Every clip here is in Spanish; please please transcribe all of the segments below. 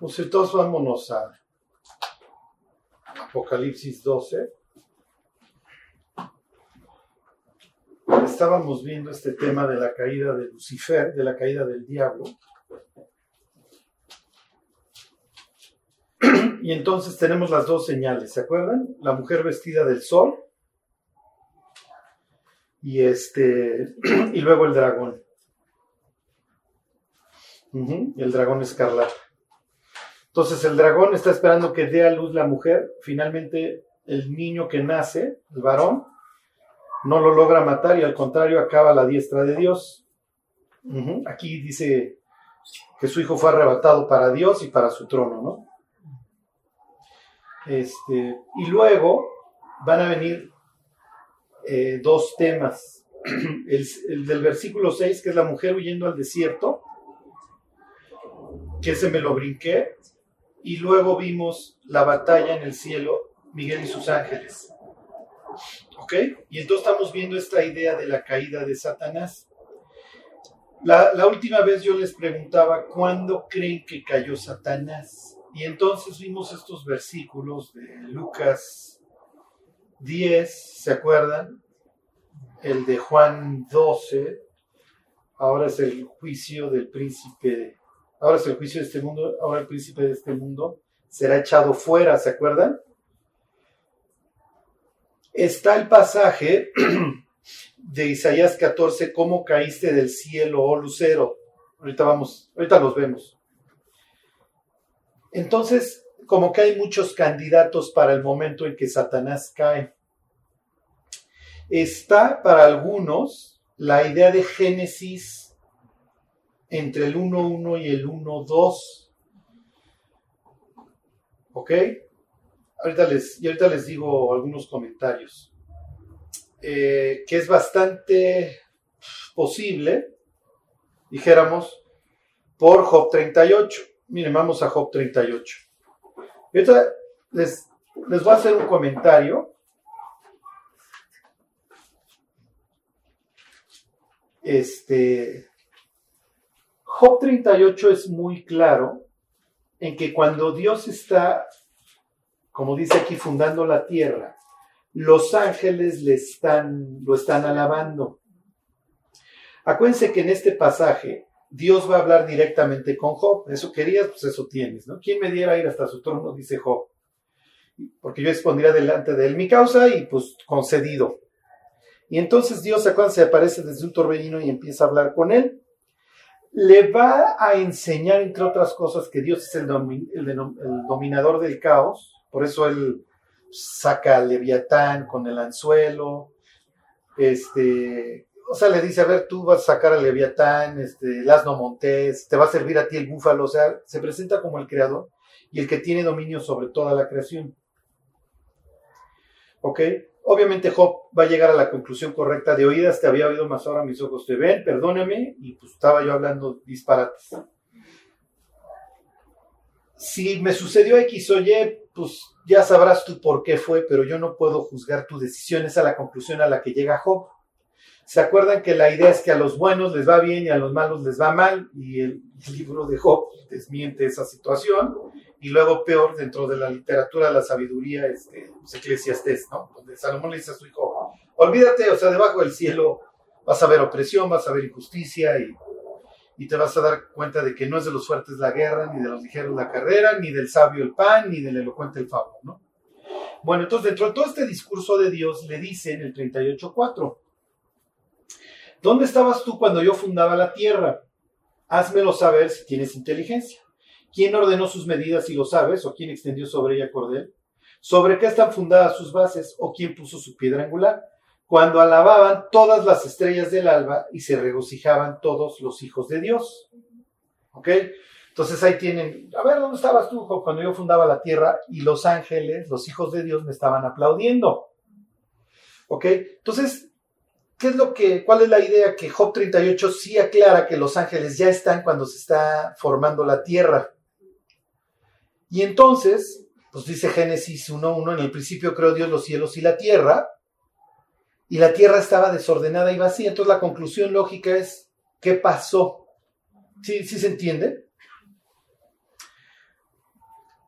Pues entonces vámonos a Apocalipsis 12. Estábamos viendo este tema de la caída de Lucifer, de la caída del diablo. Y entonces tenemos las dos señales, ¿se acuerdan? La mujer vestida del sol y luego el dragón. El dragón escarlata. Entonces el dragón está esperando que dé a luz la mujer. Finalmente el niño que nace, el varón, no lo logra matar y al contrario acaba a la diestra de Dios. Aquí dice que su hijo fue arrebatado para Dios y para su trono, ¿no? Y luego van a venir dos temas. El del versículo 6, que es la mujer huyendo al desierto, que ese me lo brinqué. Y luego vimos la batalla en el cielo, Miguel y sus ángeles. ¿Ok? Y entonces estamos viendo esta idea de la caída de Satanás. La última vez yo les preguntaba, ¿cuándo creen que cayó Satanás? Y entonces vimos estos versículos de Lucas 10, ¿se acuerdan? El de Juan 12, ahora es el juicio del príncipe. Ahora es el juicio de este mundo, ahora el príncipe de este mundo será echado fuera, ¿se acuerdan? Está el pasaje de Isaías 14, ¿cómo caíste del cielo, oh lucero? Ahorita los vemos. Entonces, como que hay muchos candidatos para el momento en que Satanás cae. Está para algunos la idea de Génesis entre el 1.1 y el 1.2. ¿Ok? Ahorita les digo algunos comentarios. Que es bastante posible, dijéramos, por Job 38. Miren, vamos a Job 38. Y ahorita les voy a hacer un comentario. Job 38 es muy claro en que cuando Dios está, como dice aquí, fundando la tierra, los ángeles lo están alabando. Acuérdense que en este pasaje Dios va a hablar directamente con Job. Eso querías, pues eso tienes, ¿no? ¿Quién me diera ir hasta su trono? Dice Job. Porque yo expondría delante de él mi causa y pues concedido. Y entonces Dios, acuérdense, aparece desde un torbellino y empieza a hablar con él. Le va a enseñar, entre otras cosas, que Dios es el dominador del caos. Por eso él saca al Leviatán con el anzuelo. O sea, le dice, a ver, tú vas a sacar al Leviatán, el asno montés, te va a servir a ti el búfalo. O sea, se presenta como el creador y el que tiene dominio sobre toda la creación. ¿Ok? Obviamente Job va a llegar a la conclusión correcta de oídas, te había oído, mas ahora mis ojos te ven, perdóname, y pues estaba yo hablando disparates. Si me sucedió X o Y, pues ya sabrás tú por qué fue, pero yo no puedo juzgar tu decisión, esa es la conclusión a la que llega Job. ¿Se acuerdan que la idea es que a los buenos les va bien y a los malos les va mal? Y el libro de Job desmiente esa situación. Y luego peor, dentro de la literatura de la sabiduría, Eclesiastés, ¿no? Donde Salomón le dice a su hijo, olvídate, o sea, debajo del cielo vas a ver opresión, vas a ver injusticia y te vas a dar cuenta de que no es de los fuertes la guerra, ni de los ligeros la carrera, ni del sabio el pan, ni del elocuente el fauno, ¿no? Bueno, entonces dentro de todo este discurso de Dios le dice en el 38:4, ¿dónde estabas tú cuando yo fundaba la tierra? Házmelo saber si tienes inteligencia. ¿Quién ordenó sus medidas si lo sabes? ¿O quién extendió sobre ella cordel? ¿Sobre qué están fundadas sus bases? ¿O quién puso su piedra angular? Cuando alababan todas las estrellas del alba y se regocijaban todos los hijos de Dios. ¿Ok? Entonces ahí tienen, a ver, ¿dónde estabas tú cuando yo fundaba la tierra? Y los ángeles, los hijos de Dios, me estaban aplaudiendo. ¿Ok? Entonces, ¿cuál es la idea? Que Job 38 sí aclara que los ángeles ya están cuando se está formando la tierra. Y entonces, pues dice Génesis 1:1, en el principio creó Dios los cielos y la tierra estaba desordenada y vacía. Entonces la conclusión lógica es, ¿qué pasó? ¿Sí se entiende?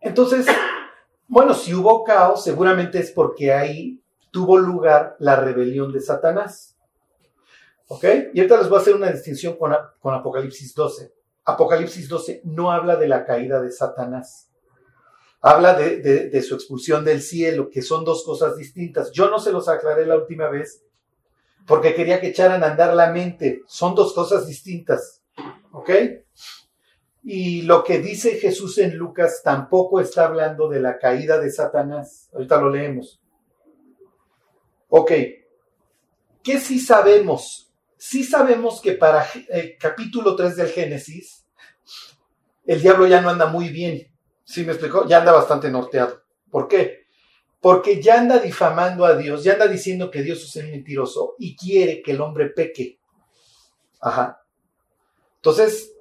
Entonces, bueno, si hubo caos, seguramente es porque ahí tuvo lugar la rebelión de Satanás. ¿Ok? Y ahorita les voy a hacer una distinción con Apocalipsis 12. Apocalipsis 12 no habla de la caída de Satanás. Habla de su expulsión del cielo, que son dos cosas distintas. Yo no se los aclaré la última vez porque quería que echaran a andar la mente. Son dos cosas distintas. ¿Ok? Y lo que dice Jesús en Lucas tampoco está hablando de la caída de Satanás. Ahorita lo leemos. Ok. ¿Qué sí sabemos? Sí sabemos que para el capítulo 3 del Génesis, el diablo ya no anda muy bien. ¿Sí me explicó? Ya anda bastante norteado. ¿Por qué? Porque ya anda difamando a Dios, ya anda diciendo que Dios es un mentiroso y quiere que el hombre peque. Ajá. Entonces,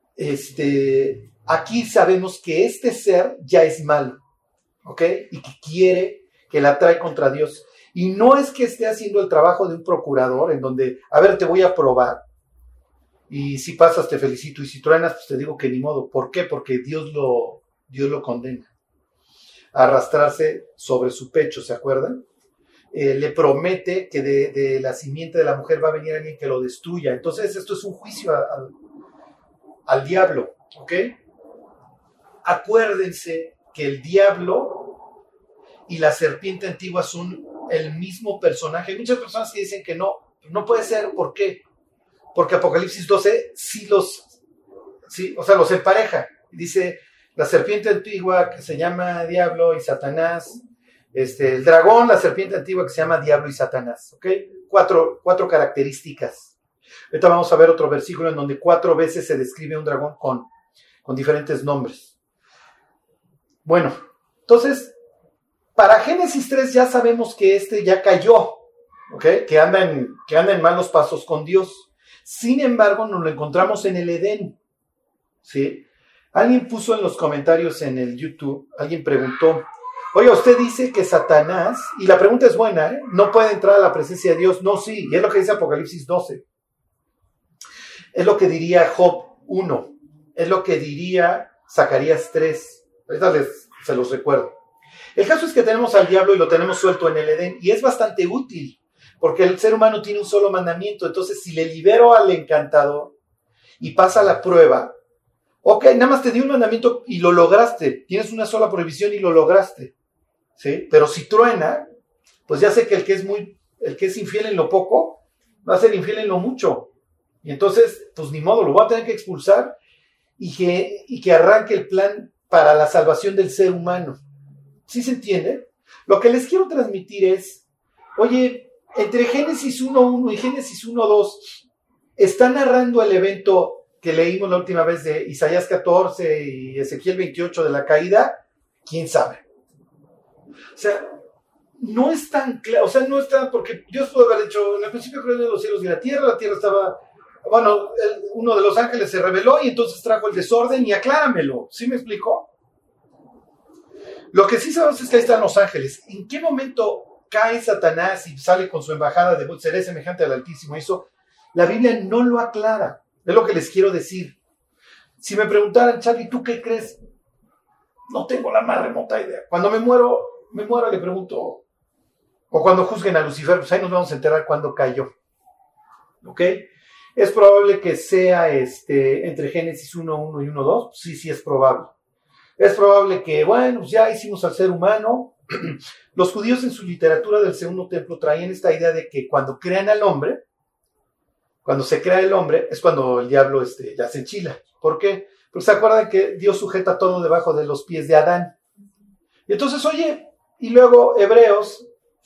aquí sabemos que este ser ya es malo, ¿ok? Y que quiere, que la trae contra Dios. Y no es que esté haciendo el trabajo de un procurador en donde, a ver, te voy a probar. Y si pasas te felicito y si truenas pues te digo que ni modo. ¿Por qué? Porque Dios lo condena a arrastrarse sobre su pecho, ¿se acuerdan? Le promete que de la simiente de la mujer va a venir alguien que lo destruya. Entonces esto es un juicio al diablo, ¿ok? Acuérdense que el diablo y la serpiente antigua son el mismo personaje. Hay muchas personas que dicen que no puede ser. ¿Por qué? Porque Apocalipsis 12 los empareja. Dice, la serpiente antigua que se llama Diablo y Satanás, el dragón, la serpiente antigua que se llama Diablo y Satanás, ¿ok? Cuatro características. Ahorita vamos a ver otro versículo en donde 4 veces se describe un dragón con diferentes nombres. Bueno, entonces, para Génesis 3 ya sabemos que ya cayó, ¿ok? Que anda en malos pasos con Dios. Sin embargo, nos lo encontramos en el Edén, ¿sí? Alguien puso en los comentarios en el YouTube, alguien preguntó, oye, usted dice que Satanás, y la pregunta es buena, no puede entrar a la presencia de Dios. No, sí, y es lo que dice Apocalipsis 12. Es lo que diría Job 1, es lo que diría Zacarías 3. Ahorita se los recuerdo. El caso es que tenemos al diablo y lo tenemos suelto en el Edén, y es bastante útil, porque el ser humano tiene un solo mandamiento. Entonces, si le libero al encantador y pasa la prueba, ok, nada más te di un mandamiento y lo lograste. Tienes una sola prohibición y lo lograste, ¿sí? Pero si truena, pues ya sé que el que es infiel en lo poco, va a ser infiel en lo mucho. Y entonces, pues ni modo, lo voy a tener que expulsar y que arranque el plan para la salvación del ser humano. ¿Sí se entiende? Lo que les quiero transmitir es, oye, entre Génesis 1.1 y Génesis 1.2 está narrando el evento que leímos la última vez de Isaías 14 y Ezequiel 28 de la caída. ¿Quién sabe? O sea, no es tan claro, o sea, no está, porque Dios puede haber dicho, en el principio creó los cielos y la tierra estaba, bueno, uno de los ángeles se rebeló y entonces trajo el desorden y acláramelo. ¿Sí me explicó? Lo que sí sabemos es que ahí están los ángeles. ¿En qué momento cae Satanás y sale con su embajada de seré semejante al Altísimo? Eso, la Biblia no lo aclara. Es lo que les quiero decir. Si me preguntaran, Charlie, ¿tú qué crees? No tengo la más remota idea. Cuando me muero, le pregunto, o cuando juzguen a Lucifer, pues ahí nos vamos a enterar cuándo cayó. ¿Ok? Es probable que sea entre Génesis 1.1 y 1.2. Sí es probable. Es probable que, bueno, pues ya hicimos al ser humano. Los judíos en su literatura del Segundo Templo traían esta idea de que cuando crean al hombre, cuando se crea el hombre, es cuando el diablo ya se enchila. ¿Por qué? Porque se acuerdan que Dios sujeta todo debajo de los pies de Adán. Y entonces, oye, y luego Hebreos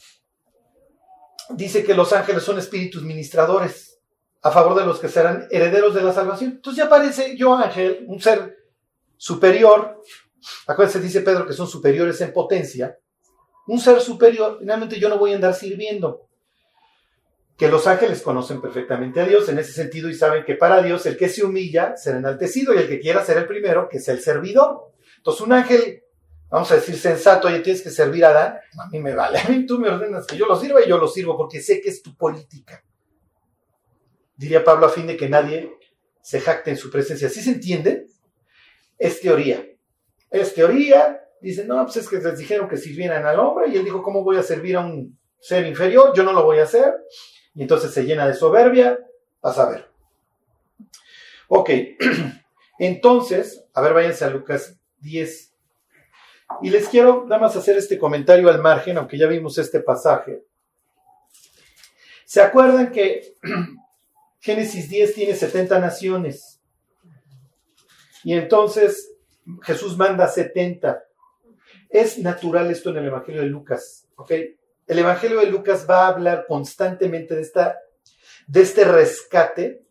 dice que los ángeles son espíritus ministradores a favor de los que serán herederos de la salvación. Entonces ya aparece yo, ángel, un ser superior. Acuérdense, dice Pedro que son superiores en potencia. Un ser superior, finalmente yo no voy a andar sirviendo. Que los ángeles conocen perfectamente a Dios en ese sentido y saben que para Dios el que se humilla será enaltecido y el que quiera ser el primero, que sea el servidor. Entonces un ángel, vamos a decir sensato, oye, tienes que servir a Adán, a mí me vale, a mí tú me ordenas que yo lo sirva y yo lo sirvo porque sé que es tu política. Diría Pablo a fin de que nadie se jacte en su presencia. ¿Sí se entiende? Es teoría. Es teoría, Dicen, no, pues es que les dijeron que sirvieran al hombre, y él dijo, ¿cómo voy a servir a un ser inferior? Yo no lo voy a hacer. Y entonces se llena de soberbia. Vas a ver. Ok, entonces, a ver, váyanse a Lucas 10. Y les quiero nada más hacer este comentario al margen, aunque ya vimos este pasaje. ¿Se acuerdan que Génesis 10 tiene 70 naciones? Y entonces Jesús manda 70. Es natural esto en el Evangelio de Lucas, ¿ok? El Evangelio de Lucas va a hablar constantemente de este rescate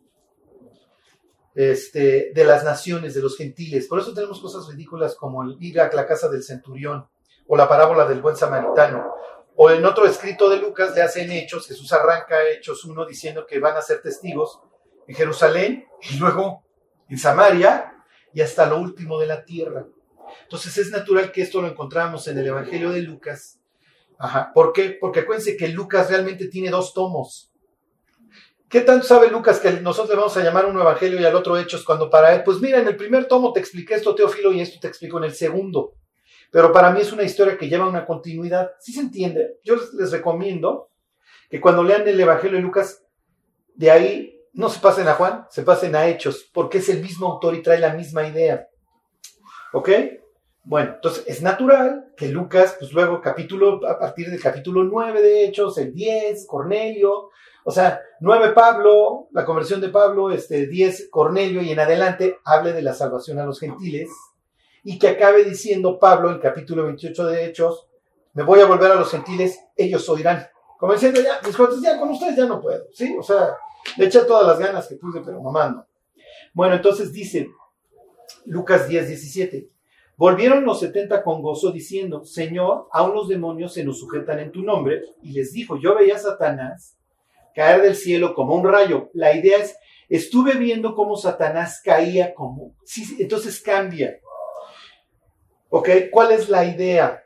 de las naciones, de los gentiles. Por eso tenemos cosas ridículas como el ir a la casa del centurión, o la parábola del buen samaritano. O en otro escrito de Lucas le hacen Hechos, Jesús arranca Hechos 1 diciendo que van a ser testigos en Jerusalén, y luego en Samaria, y hasta lo último de la tierra. Entonces es natural que esto lo encontramos en el Evangelio de Lucas. Ajá. ¿Por qué? Porque acuérdense que Lucas realmente tiene 2 tomos. ¿Qué tanto sabe Lucas que nosotros le vamos a llamar uno Evangelio y al otro Hechos, cuando para él, pues mira, en el primer tomo te expliqué esto, Teófilo, y esto te explico en el segundo? Pero para mí es una historia que lleva una continuidad. ¿Sí se entiende? Yo les recomiendo que cuando lean el Evangelio de Lucas, de ahí no se pasen a Juan, se pasen a Hechos, porque es el mismo autor y trae la misma idea. ¿Ok? Bueno, entonces es natural que Lucas, pues luego a partir del capítulo 9 de Hechos, el 10, Cornelio, o sea, 9 Pablo, la conversión de Pablo, 10 Cornelio, y en adelante hable de la salvación a los gentiles, y que acabe diciendo Pablo en capítulo 28 de Hechos, me voy a volver a los gentiles, ellos oirán. Como diciendo, ya, mis cuates, ya con ustedes ya no puedo, ¿sí? O sea, le eché todas las ganas que pude, pero mamá no. Bueno, entonces dice Lucas 10, 17. Volvieron los 70 con gozo diciendo, Señor, aún los demonios se nos sujetan en tu nombre. Y les dijo, yo veía a Satanás caer del cielo como un rayo. La idea es, estuve viendo cómo Satanás caía como... Sí, entonces cambia. ¿Ok? ¿Cuál es la idea?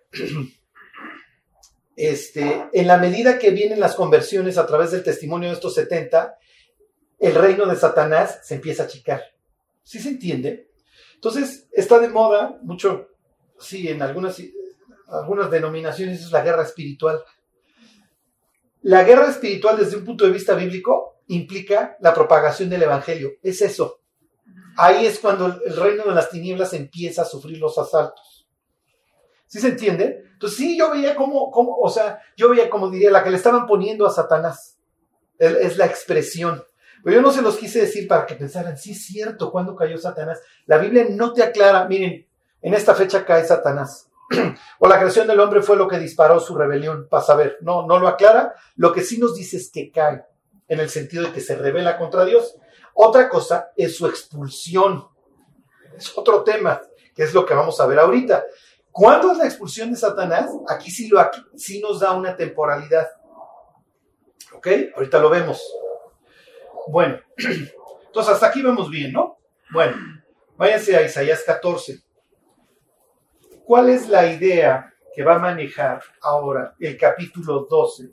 En la medida que vienen las conversiones a través del testimonio de estos 70, el reino de Satanás se empieza a achicar. ¿Sí se entiende? Entonces, está de moda mucho, sí, en algunas denominaciones es la guerra espiritual. La guerra espiritual desde un punto de vista bíblico implica la propagación del evangelio. Es eso. Ahí es cuando el reino de las tinieblas empieza a sufrir los asaltos. ¿Sí se entiende? Entonces, sí, yo veía como diría, la que le estaban poniendo a Satanás. Es la expresión. Pero yo no se los quise decir para que pensaran, sí es cierto, ¿cuándo cayó Satanás? La Biblia no te aclara, miren, en esta fecha cae Satanás. O la creación del hombre fue lo que disparó su rebelión, para saber. No lo aclara. Lo que sí nos dice es que cae, en el sentido de que se rebela contra Dios. Otra cosa es su expulsión. Es otro tema, que es lo que vamos a ver ahorita. ¿Cuándo es la expulsión de Satanás? Aquí sí nos da una temporalidad. ¿Ok? Ahorita lo vemos. Bueno, entonces hasta aquí vamos bien, ¿no? Bueno, váyanse a Isaías 14. ¿Cuál es la idea que va a manejar ahora el capítulo 12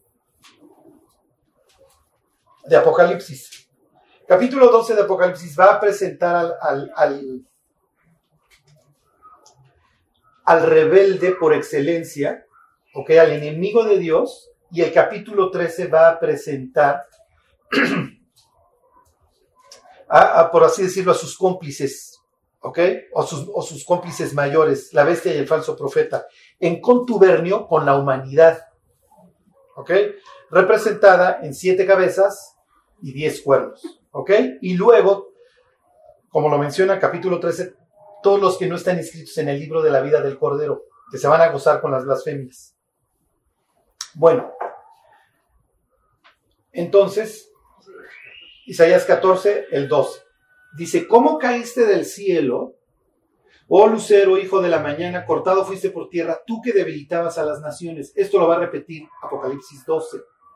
de Apocalipsis? Capítulo 12 de Apocalipsis va a presentar al rebelde por excelencia, ¿ok? Al enemigo de Dios, y el capítulo 13 va a presentar por así decirlo, a sus cómplices, ¿ok? O sus cómplices mayores, la bestia y el falso profeta, en contubernio con la humanidad, ¿ok? Representada en 7 cabezas y 10 cuernos, ¿ok? Y luego, como lo menciona el capítulo 13, todos los que no están inscritos en el libro de la vida del Cordero, que se van a gozar con las blasfemias. Bueno, entonces... Isaías 14, el 12. Dice, ¿cómo caíste del cielo, oh lucero, hijo de la mañana, cortado fuiste por tierra, tú que debilitabas a las naciones? Esto lo va a repetir Apocalipsis 12.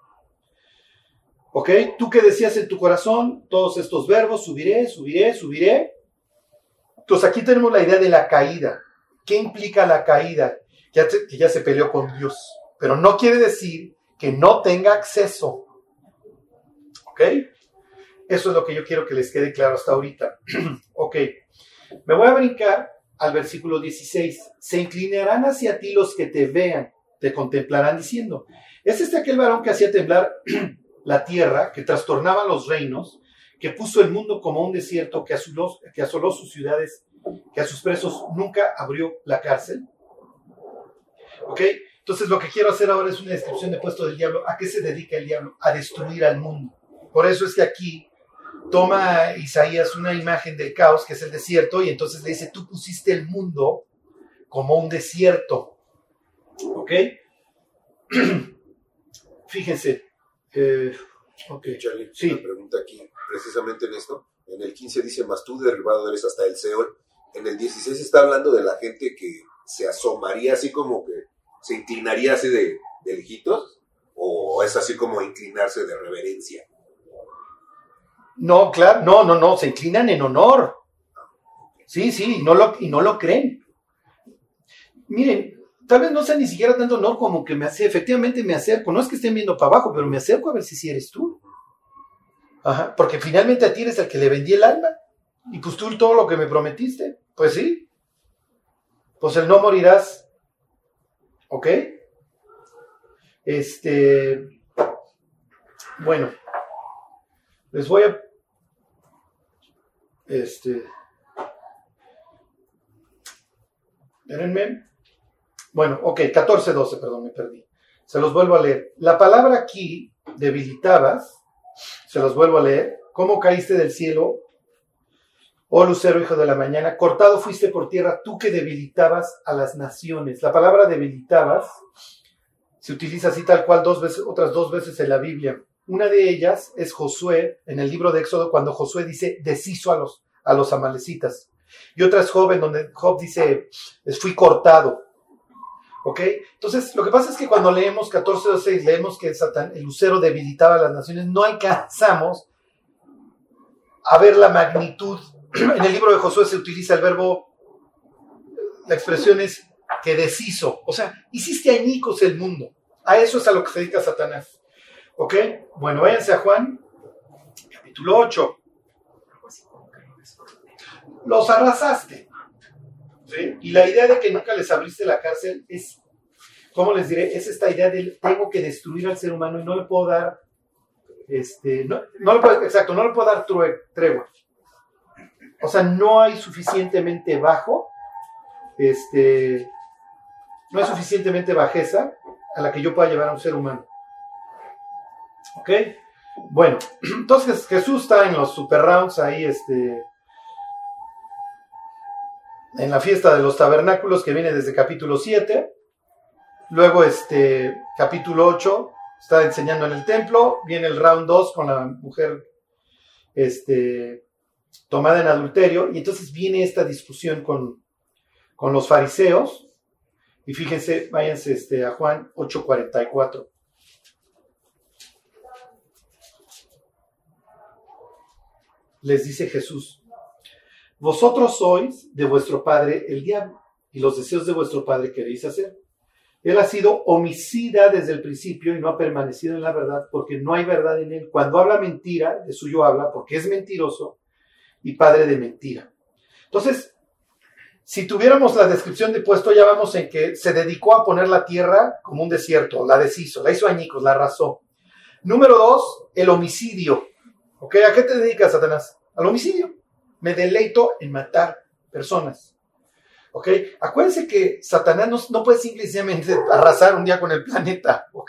¿Ok? Tú que decías en tu corazón todos estos verbos, subiré, subiré, subiré. Entonces aquí tenemos la idea de la caída. ¿Qué implica la caída? Que ya se peleó con Dios. Pero no quiere decir que no tenga acceso. ¿Ok? Eso es lo que yo quiero que les quede claro hasta ahorita. Ok. Me voy a brincar al versículo 16. Se inclinarán hacia ti los que te vean, te contemplarán diciendo, ¿es este aquel varón que hacía temblar la tierra, que trastornaba los reinos, que puso el mundo como un desierto, que asoló sus ciudades, que a sus presos nunca abrió la cárcel? ¿Ok? Entonces lo que quiero hacer ahora es una descripción de puesto del diablo. ¿A qué se dedica el diablo? A destruir al mundo. Por eso es que aquí toma Isaías una imagen del caos, que es el desierto, y entonces le dice, tú pusiste el mundo como un desierto. ¿Ok? Fíjense. Ok. Charlie, Sí. una pregunta aquí, precisamente en esto. En el 15 dice, mas tú derribado eres hasta el Seol. En el 16 está hablando de la gente que se asomaría así como que se inclinaría así de lejitos, o es así como inclinarse de reverencia. No, claro, no, se inclinan en honor. Sí, y no lo creen. Miren, tal vez no sea ni siquiera tanto honor como que efectivamente me acerco. No es que estén viendo para abajo, pero me acerco a ver si eres tú. Ajá, porque finalmente a ti eres el que le vendí el alma. Y pues tú todo lo que me prometiste. Pues sí. Pues el no morirás. ¿Ok? Bueno. Les voy a... Espérenme. Bueno, ok, 14:12, perdón, me perdí. Se los vuelvo a leer. La palabra aquí, debilitabas, se los vuelvo a leer. ¿Cómo caíste del cielo, oh lucero, hijo de la mañana? Cortado fuiste por tierra, tú que debilitabas a las naciones. La palabra debilitabas se utiliza así tal cual otras dos veces en la Biblia. Una de ellas es Josué, en el libro de Éxodo, cuando Josué dice, deshizo a los amalecitas. Y otra es Job, en donde Job dice, fui cortado. ¿Ok? Entonces, lo que pasa es que cuando leemos 14:6, leemos que el lucero debilitaba a las naciones, no alcanzamos a ver la magnitud. En el libro de Josué se utiliza el verbo, la expresión es que deshizo. O sea, hiciste añicos el mundo. A eso es a lo que se dedica Satanás. ¿Ok? Bueno, váyanse a Juan, capítulo 8. Los arrasaste. ¿Sí? Y la idea de que nunca les abriste la cárcel es, ¿cómo les diré? Es esta idea de tengo que destruir al ser humano y no le puedo dar, no le puedo dar tregua. O sea, no hay suficientemente bajo, no hay suficientemente bajeza a la que yo pueda llevar a un ser humano. ¿Ok? Bueno, entonces Jesús está en los super rounds ahí, en la fiesta de los tabernáculos que viene desde capítulo 7. Luego, capítulo 8, está enseñando en el templo. Viene el round 2 con la mujer, tomada en adulterio. Y entonces viene esta discusión con los fariseos. Y fíjense, váyanse a Juan 8:44. Les dice Jesús, vosotros sois de vuestro padre el diablo, y los deseos de vuestro padre queréis hacer. Él ha sido homicida desde el principio y no ha permanecido en la verdad, porque no hay verdad en él. Cuando habla mentira, de suyo habla, porque es mentiroso y padre de mentira. Entonces, si tuviéramos la descripción de puesto, ya vamos en que se dedicó a poner la tierra como un desierto, la deshizo, la hizo añicos, la arrasó. Número 2, el homicidio. ¿Ok? ¿A qué te dedicas, Satanás? Al homicidio. Me deleito en matar personas. ¿Ok? Acuérdense que Satanás no puede simplemente arrasar un día con el planeta. ¿Ok?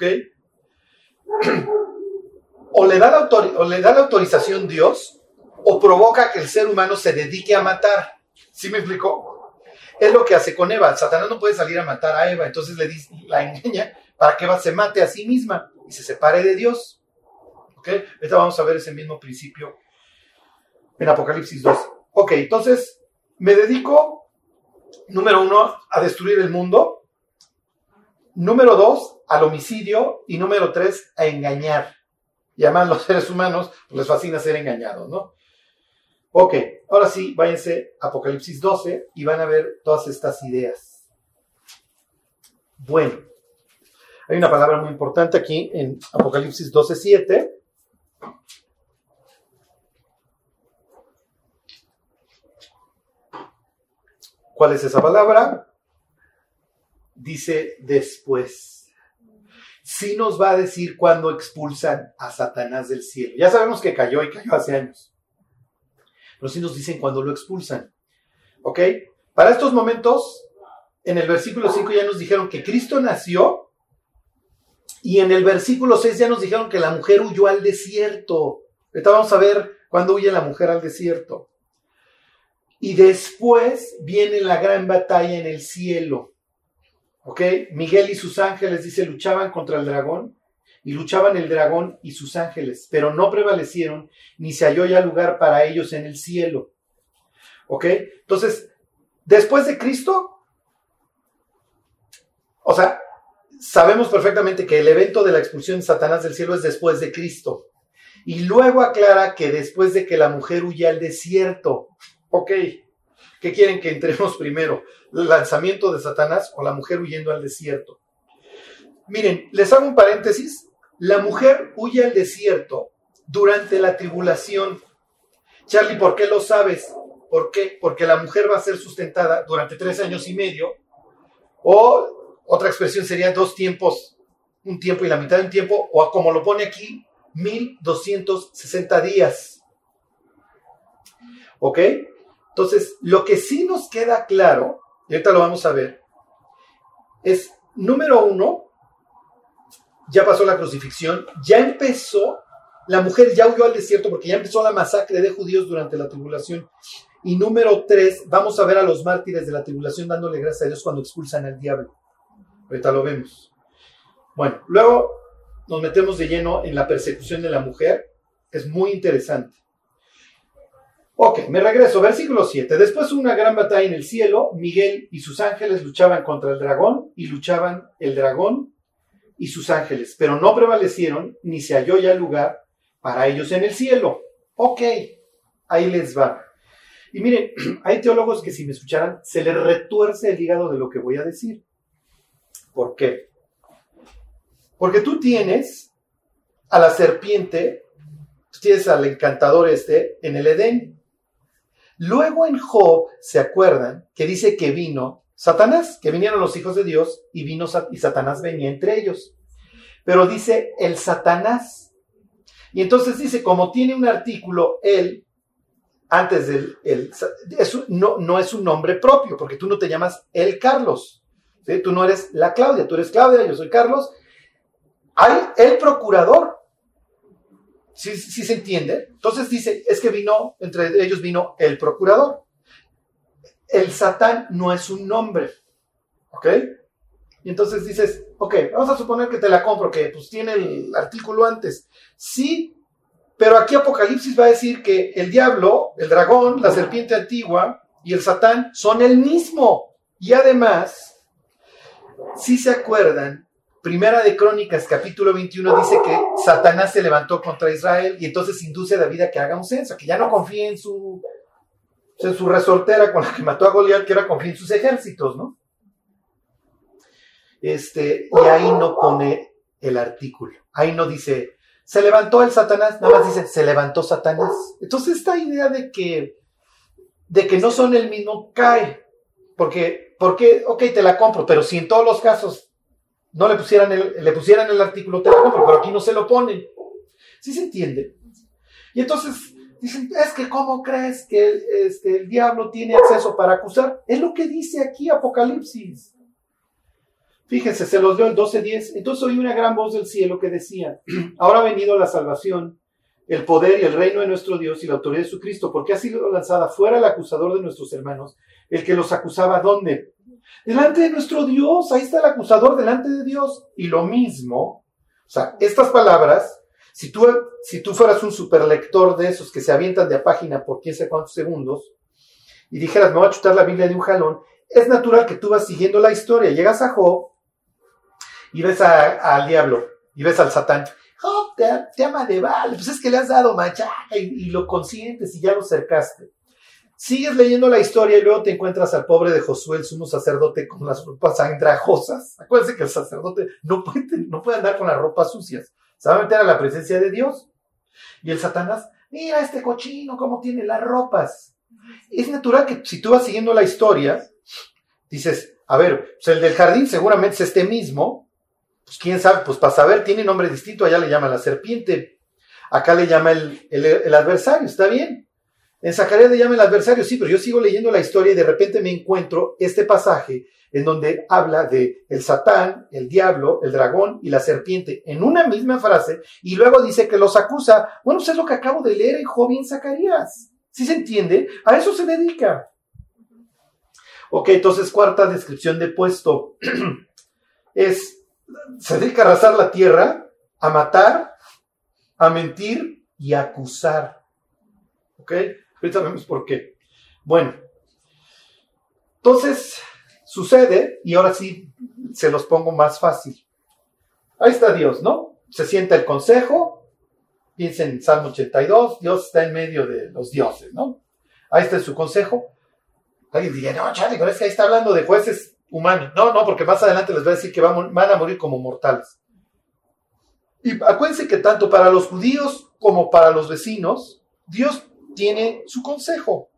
O le da la autorización Dios, o provoca que el ser humano se dedique a matar. ¿Sí me explicó? Es lo que hace con Eva. Satanás no puede salir a matar a Eva, entonces la engaña para que Eva se mate a sí misma y se separe de Dios. ¿Ok? Ahorita vamos a ver ese mismo principio en Apocalipsis 2. Ok, entonces me dedico, número 1, a destruir el mundo. Número 2, al homicidio. Y número 3, a engañar. Y además los seres humanos les fascina ser engañados, ¿no? Ok, ahora sí, váyanse a Apocalipsis 12 y van a ver todas estas ideas. Bueno, hay una palabra muy importante aquí en Apocalipsis 12:7. ¿Cuál es esa palabra? Dice después. Sí nos va a decir cuándo expulsan a Satanás del cielo. Ya sabemos que cayó y cayó hace años. Pero sí nos dicen cuándo lo expulsan. ¿Ok? Para estos momentos, en el versículo 5 ya nos dijeron que Cristo nació. Y en el versículo 6 ya nos dijeron que la mujer huyó al desierto. Ahorita vamos a ver cuándo huye la mujer al desierto. Y después viene la gran batalla en el cielo. ¿Ok? Miguel y sus ángeles, dice, luchaban contra el dragón. Y luchaban el dragón y sus ángeles. Pero no prevalecieron, ni se halló ya lugar para ellos en el cielo. ¿Ok? Entonces, después de Cristo, o sea, sabemos perfectamente que el evento de la expulsión de Satanás del cielo es después de Cristo. Y luego aclara que después de que la mujer huye al desierto. Ok, ¿qué quieren que entremos primero? ¿El lanzamiento de Satanás o la mujer huyendo al desierto? Miren, les hago un paréntesis. La mujer huye al desierto durante la tribulación. Charlie, ¿por qué lo sabes? ¿Por qué? Porque la mujer va a ser sustentada durante 3 años y medio. O otra expresión sería 2 tiempos, un tiempo y la mitad de un tiempo, o como lo pone aquí, 1260 días. ¿Ok? Entonces, lo que sí nos queda claro, y ahorita lo vamos a ver, es, número 1, ya pasó la crucifixión, ya empezó, la mujer ya huyó al desierto porque ya empezó la masacre de judíos durante la tribulación. Y número 3, vamos a ver a los mártires de la tribulación dándole gracias a Dios cuando expulsan al diablo. Ahorita lo vemos. Bueno, luego nos metemos de lleno en la persecución de la mujer. Es muy interesante. Ok, me regreso. Versículo 7. Después de una gran batalla en el cielo, Miguel y sus ángeles luchaban contra el dragón y luchaban el dragón y sus ángeles, pero no prevalecieron ni se halló ya lugar para ellos en el cielo. Ok, ahí les va. Y miren, hay teólogos que si me escucharan, se les retuerce el hígado de lo que voy a decir. ¿Por qué? Porque tú tienes a la serpiente, tú tienes al encantador en el Edén. Luego en Job, ¿se acuerdan? Que dice que vino Satanás, que vinieron los hijos de Dios y Satanás venía entre ellos. Pero dice el Satanás. Y entonces dice, como tiene un artículo, él, antes del, no es un nombre propio, porque tú no te llamas el Carlos. ¿Sí? Tú no eres la Claudia, tú eres Claudia, yo soy Carlos. Hay el procurador. ¿Sí se entiende? Entonces dice, es que entre ellos vino el procurador. El Satán no es un nombre. ¿Ok? Y entonces dices, ok, vamos a suponer que te la compro, que pues tiene el artículo antes. Sí, pero aquí Apocalipsis va a decir que el diablo, el dragón, la serpiente antigua y el Satán son el mismo. Y además, si se acuerdan, Primera de Crónicas, capítulo 21, dice que Satanás se levantó contra Israel y entonces induce a David a que haga un censo, que ya no confíe en su resortera con la que mató a Goliat, que ahora confía en sus ejércitos, ¿no? Y ahí no pone el artículo. Ahí no dice, se levantó el Satanás, nada más dice, se levantó Satanás. Entonces esta idea de que no son el mismo cae. Porque, ok, te la compro, pero si en todos los casos no le pusieran el artículo, te la compro, pero aquí no se lo ponen. ¿Sí se entiende? Y entonces dicen, es que ¿cómo crees que el diablo tiene acceso para acusar? Es lo que dice aquí Apocalipsis. Fíjense, se los leo el 12:10. Entonces oí una gran voz del cielo que decía, ahora ha venido la salvación, el poder y el reino de nuestro Dios y la autoridad de su Cristo, porque ha sido lanzada fuera el acusador de nuestros hermanos, el que los acusaba, ¿dónde? Delante de nuestro Dios. Ahí está el acusador delante de Dios. Y lo mismo, o sea, estas palabras, si tú fueras un superlector de esos que se avientan de a página por quién sabe cuántos segundos, y dijeras, me voy a chutar la Biblia de un jalón, es natural que tú vas siguiendo la historia. Llegas a Job, y ves al diablo, y ves al Satán. Job te ama de vale, pues es que le has dado machaca y lo consientes y ya lo cercaste. Sigues leyendo la historia y luego te encuentras al pobre de Josué, el sumo sacerdote, con las ropas andrajosas. Acuérdense que el sacerdote no puede andar con las ropas sucias. Se va a meter a la presencia de Dios. Y el Satanás, mira este cochino, cómo tiene las ropas. Es natural que si tú vas siguiendo la historia, Dices, a ver, pues el del jardín seguramente es este mismo, pues quién sabe, pues para saber tiene nombre distinto, allá le llama la serpiente, acá le llama el adversario, está bien. En Zacarías le llama el adversario, sí, pero yo sigo leyendo la historia y de repente me encuentro este pasaje en donde habla de el Satán, el diablo, el dragón y la serpiente en una misma frase y luego dice que los acusa. Bueno, pues es lo que acabo de leer en Job y en Zacarías. ¿Sí se entiende? A eso se dedica. Ok, entonces cuarta descripción de puesto se dedica a arrasar la tierra, a matar, a mentir y a acusar. ¿Ok? Ahorita vemos por qué. Bueno, entonces sucede, y ahora sí se los pongo más fácil. Ahí está Dios, ¿no? Se sienta el consejo, piensen en Salmo 82, Dios está en medio de los dioses, ¿no? Ahí está su consejo. Alguien diría, no, Charlie, pero es que ahí está hablando de jueces humanos. No, porque más adelante les voy a decir que van a morir como mortales. Y acuérdense que tanto para los judíos como para los vecinos, Dios tiene su consejo.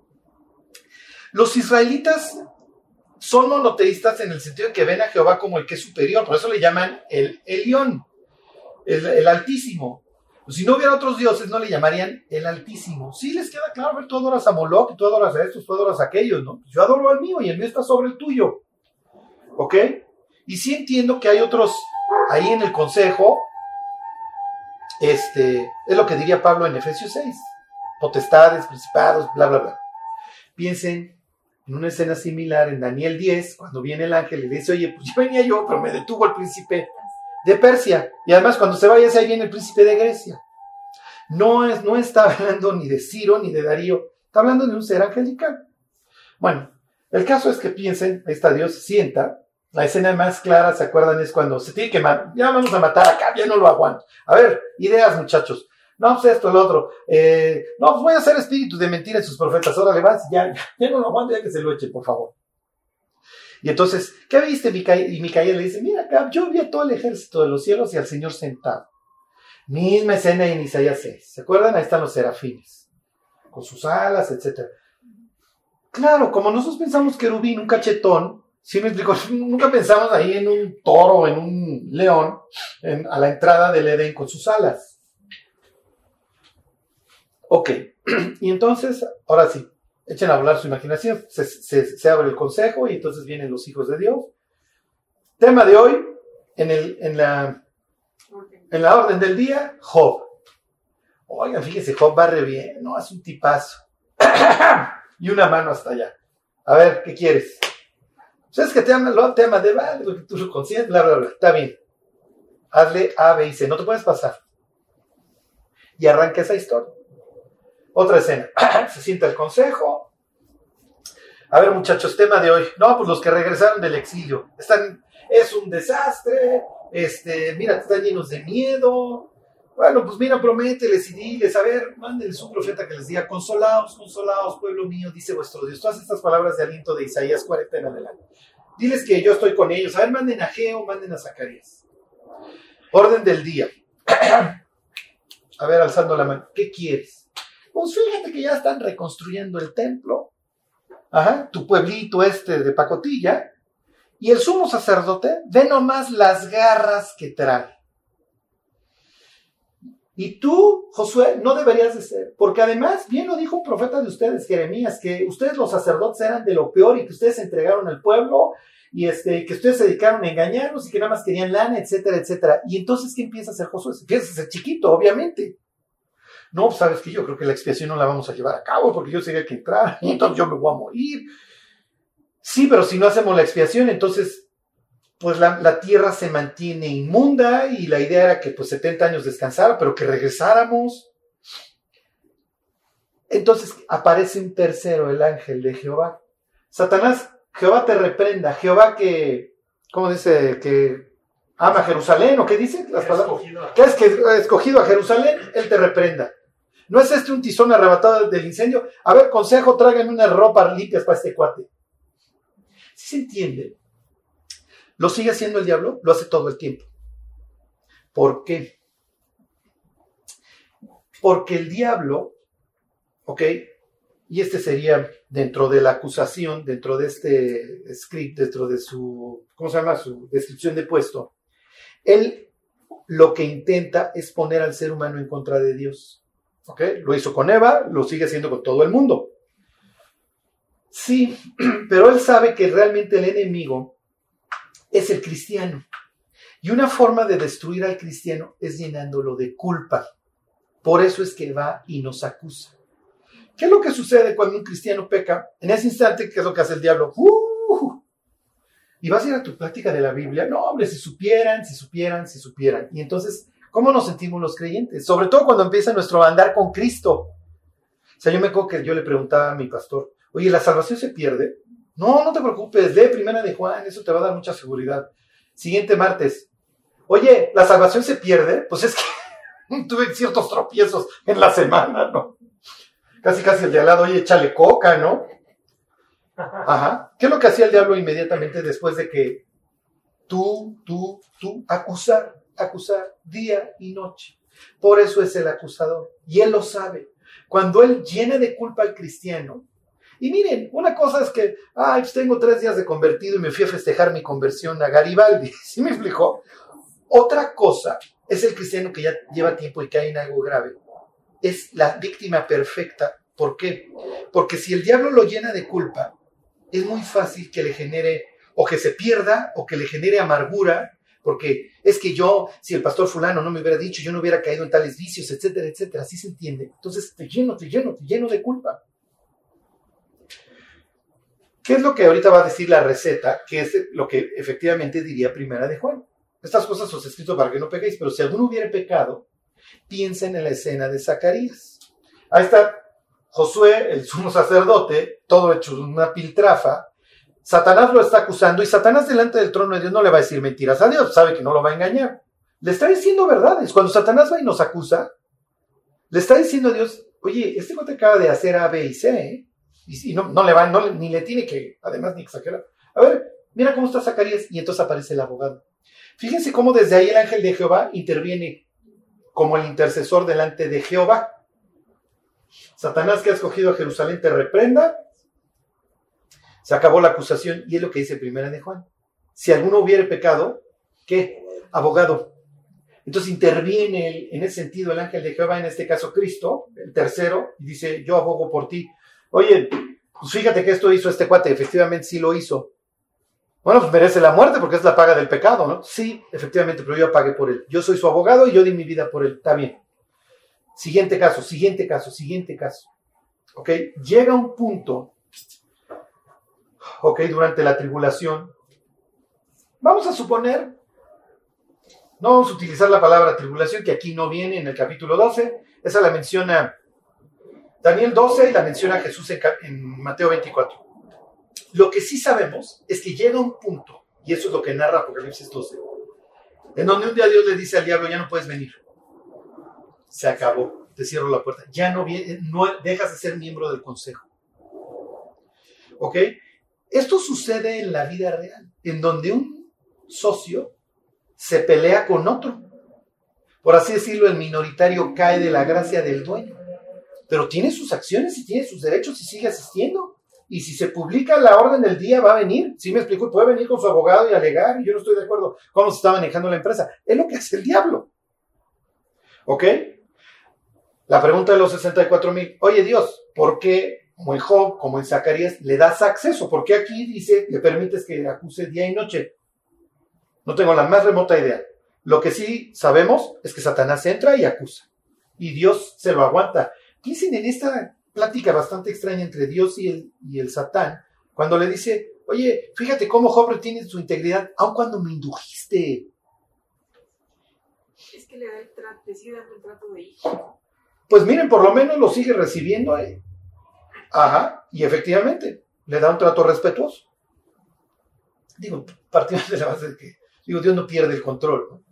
Los israelitas son monoteístas en el sentido de que ven a Jehová como el que es superior, por eso le llaman el Elión, el Altísimo. Pues si no hubiera otros dioses, no le llamarían el Altísimo. Sí les queda claro, a ver, tú adoras a Moloch, tú adoras a estos, tú adoras a aquellos, ¿no? Yo adoro al mío y el mío está sobre el tuyo. ¿Ok? Y sí entiendo que hay otros ahí en el consejo, es lo que diría Pablo en Efesios 6. Potestades, principados, bla, bla, bla. Piensen en una escena similar en Daniel 10, cuando viene el ángel y le dice, oye, pues ya venía yo, pero me detuvo el príncipe de Persia. Y además, cuando se vaya, ahí viene el príncipe de Grecia. No está hablando ni de Ciro ni de Darío, está hablando de un ser angelical. Bueno, el caso es que piensen, ahí está Dios, se sienta. La escena más clara, ¿se acuerdan? Es cuando se tiene que matar, ya vamos a matar acá, ya no lo aguanto. A ver, ideas, muchachos. No, pues esto, el otro. No, pues voy a hacer espíritu de mentira en sus profetas. Órale, vas, ya no lo aguanto, ya que se lo eche, por favor. Y entonces, ¿qué viste? Y Micael le dice, mira acá, yo vi a todo el ejército de los cielos y al Señor sentado. Misma escena en Isaías 6. ¿Se acuerdan? Ahí están los serafines, con sus alas, etc. Claro, como nosotros pensamos querubín, un cachetón, ¿sí me explico? Nunca pensamos ahí en un toro, en un león, a la entrada del Edén con sus alas. Ok, y entonces, ahora sí, echen a volar su imaginación, se abre el consejo y entonces vienen los hijos de Dios. Tema de hoy, en la orden del día, Job. Oigan, fíjense, Job va re bien, ¿no? Es un tipazo. Y una mano hasta allá. A ver, ¿qué quieres? Pues es que tema de vale, lo que tú lo consideras, bla, bla, bla. Está bien. Hazle A, B y C, no te puedes pasar. Y arranca esa historia. Otra escena. Se sienta el consejo. A ver, muchachos, tema de hoy. No, pues los que regresaron del exilio. Es un desastre. Mira, están llenos de miedo. Bueno, pues mira, promételes y diles, a ver, mándenles un profeta que les diga, consolaos, pueblo mío, dice vuestro Dios. Todas estas palabras de aliento de Isaías 40 en adelante. Diles que yo estoy con ellos. A ver, manden a Geo, manden a Zacarías. Orden del día. A ver, alzando la mano. ¿Qué quieres? Pues fíjate que ya están reconstruyendo el templo. Ajá, tu pueblito de pacotilla. Y el sumo sacerdote, ve nomás las garras que trae. Y tú, Josué, no deberías de ser. Porque además, bien lo dijo un profeta de ustedes, Jeremías, que ustedes los sacerdotes eran de lo peor y que ustedes entregaron al pueblo y que ustedes se dedicaron a engañarlos y que nada más querían lana, etcétera, etcétera. Y entonces, ¿qué empieza a hacer Josué? Empieza a ser chiquito, obviamente. No, pues sabes que yo creo que la expiación no la vamos a llevar a cabo porque yo sería el que entrar y entonces yo me voy a morir. Sí, pero si no hacemos la expiación, entonces pues la tierra se mantiene inmunda y la idea era que pues 70 años descansara, pero que regresáramos. Entonces aparece un tercero, el ángel de Jehová. Satanás, Jehová te reprenda. Jehová ¿cómo dice? Que ama a Jerusalén, ¿o qué dice? Las palabras. ¿Qué es que ha escogido a Jerusalén? Él te reprenda. ¿No es un tizón arrebatado del incendio? A ver, consejo, tráiganme unas ropas limpias para este cuate. ¿Sí se entiende? ¿Lo sigue haciendo el diablo? Lo hace todo el tiempo. ¿Por qué? Porque el diablo, ¿ok? y este sería dentro de la acusación, dentro de este script, dentro de su, ¿cómo se llama? Su descripción de puesto. Él lo que intenta es poner al ser humano en contra de Dios. ¿Ok? Lo hizo con Eva, lo sigue haciendo con todo el mundo. Sí, pero él sabe que realmente el enemigo es el cristiano. Y una forma de destruir al cristiano es llenándolo de culpa. Por eso es que va y nos acusa. ¿Qué es lo que sucede cuando un cristiano peca? En ese instante, ¿qué es lo que hace el diablo? Y vas a ir a tu práctica de la Biblia. No, hombre, si supieran. Y entonces, ¿cómo nos sentimos los creyentes? Sobre todo cuando empieza nuestro andar con Cristo. O sea, yo me acuerdo que yo le preguntaba a mi pastor, oye, ¿la salvación se pierde? No, no te preocupes, lee Primera de Juan, eso te va a dar mucha seguridad. Siguiente martes, oye, ¿la salvación se pierde? Pues es que tuve ciertos tropiezos en la semana, ¿no? Casi el de al lado, oye, échale coca, ¿no? Ajá. ¿Qué es lo que hacía el diablo inmediatamente después de que tú, acusar día y noche? Por eso es el acusador. Y él lo sabe. Cuando él llena de culpa al cristiano, y miren, una cosa es que, pues tengo 3 días de convertido y me fui a festejar mi conversión a Garibaldi. ¿Sí me explicó? Otra cosa es el cristiano que ya lleva tiempo y cae en algo grave. Es la víctima perfecta. ¿Por qué? Porque si el diablo lo llena de culpa, es muy fácil que le genere, o que se pierda, o que le genere amargura, porque es que yo, si el pastor fulano no me hubiera dicho, yo no hubiera caído en tales vicios, etcétera, etcétera. ¿Así se entiende? Entonces te lleno de culpa. ¿Qué es lo que ahorita va a decir la receta? Que es lo que efectivamente diría Primera de Juan. Estas cosas os he escrito para que no peguéis, pero si alguno hubiera pecado, piensen en la escena de Zacarías. Ahí está Josué, el sumo sacerdote, todo hecho una piltrafa. Satanás lo está acusando y Satanás delante del trono de Dios no le va a decir mentiras a Dios, sabe que no lo va a engañar. Le está diciendo verdades. Cuando Satanás va y nos acusa, le está diciendo a Dios, oye, este cuate acaba de hacer A, B y C, ¿eh? Y no le va, ni le tiene que, además, ni exagerar. A ver, mira cómo está Zacarías. Y entonces aparece el abogado. Fíjense cómo desde ahí el ángel de Jehová interviene como el intercesor delante de Jehová. Satanás, que ha escogido a Jerusalén, te reprenda. Se acabó la acusación. Y es lo que dice Primera de Juan. Si alguno hubiere pecado, ¿qué? Abogado. Entonces interviene en ese sentido el ángel de Jehová, en este caso Cristo, el tercero, y dice, yo abogo por ti. Oye, pues fíjate que esto hizo este cuate, efectivamente sí lo hizo. Bueno, pues merece la muerte porque es la paga del pecado, ¿no? Sí, efectivamente, pero yo pagué por él. Yo soy su abogado y yo di mi vida por él. Está bien. Siguiente caso. ¿Ok? Llega un punto, ¿ok? Durante la tribulación. Vamos a suponer, no vamos a utilizar la palabra tribulación, que aquí no viene en el capítulo 12. Esa la menciona Daniel 12 y la menciona Jesús en Mateo 24. Lo que sí sabemos es que llega un punto, y eso es lo que narra Apocalipsis 12, en donde un día Dios le dice al diablo, ya no puedes venir. Se acabó, te cierro la puerta. Ya no dejas de ser miembro del consejo. ¿Ok? Esto sucede en la vida real, en donde un socio se pelea con otro. Por así decirlo, el minoritario cae de la gracia del dueño. Pero tiene sus acciones y tiene sus derechos y sigue asistiendo. Y si se publica la orden del día, va a venir. ¿Sí me explico? Puede venir con su abogado y alegar, y yo no estoy de acuerdo cómo se está manejando la empresa. Es lo que hace el diablo. ¿Ok? La pregunta de los 64,000. Oye, Dios, ¿por qué, como en Job, como en Zacarías, le das acceso? ¿Por qué aquí dice, le permites que acuse día y noche? No tengo la más remota idea. Lo que sí sabemos es que Satanás entra y acusa. Y Dios se lo aguanta. Piensen en esta plática bastante extraña entre Dios y el Satán, cuando le dice, oye, fíjate cómo Job retiene su integridad, aun cuando me indujiste. Es que le sigue dando el trato de hijo. Pues miren, por lo menos lo sigue recibiendo. Ajá, y efectivamente, le da un trato respetuoso. Digo, partiendo de la base de que, Dios no pierde el control, ¿no?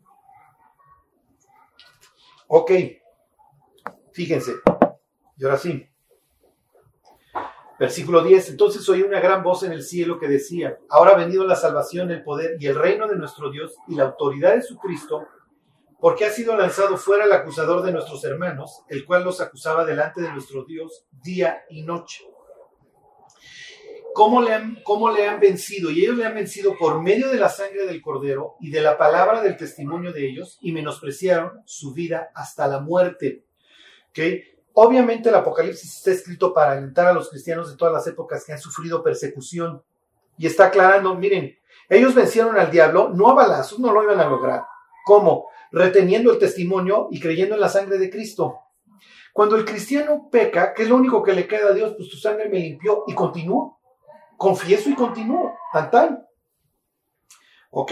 Ok, fíjense, y ahora sí. Versículo 10, entonces oí una gran voz en el cielo que decía, ahora ha venido la salvación, el poder y el reino de nuestro Dios y la autoridad de su Cristo, porque ha sido lanzado fuera el acusador de nuestros hermanos, el cual los acusaba delante de nuestro Dios día y noche. ¿Cómo le han vencido? Y ellos le han vencido por medio de la sangre del Cordero y de la palabra del testimonio de ellos, y menospreciaron su vida hasta la muerte. ¿Okay? Obviamente el Apocalipsis está escrito para alentar a los cristianos de todas las épocas que han sufrido persecución. Y está aclarando, miren, ellos vencieron al diablo, no a balazos, no lo iban a lograr. ¿Cómo? Reteniendo el testimonio y creyendo en la sangre de Cristo. Cuando el cristiano peca, ¿qué es lo único que le queda a Dios? Pues tu sangre me limpió y continúo. Confieso y continúo. Tan tan. Ok.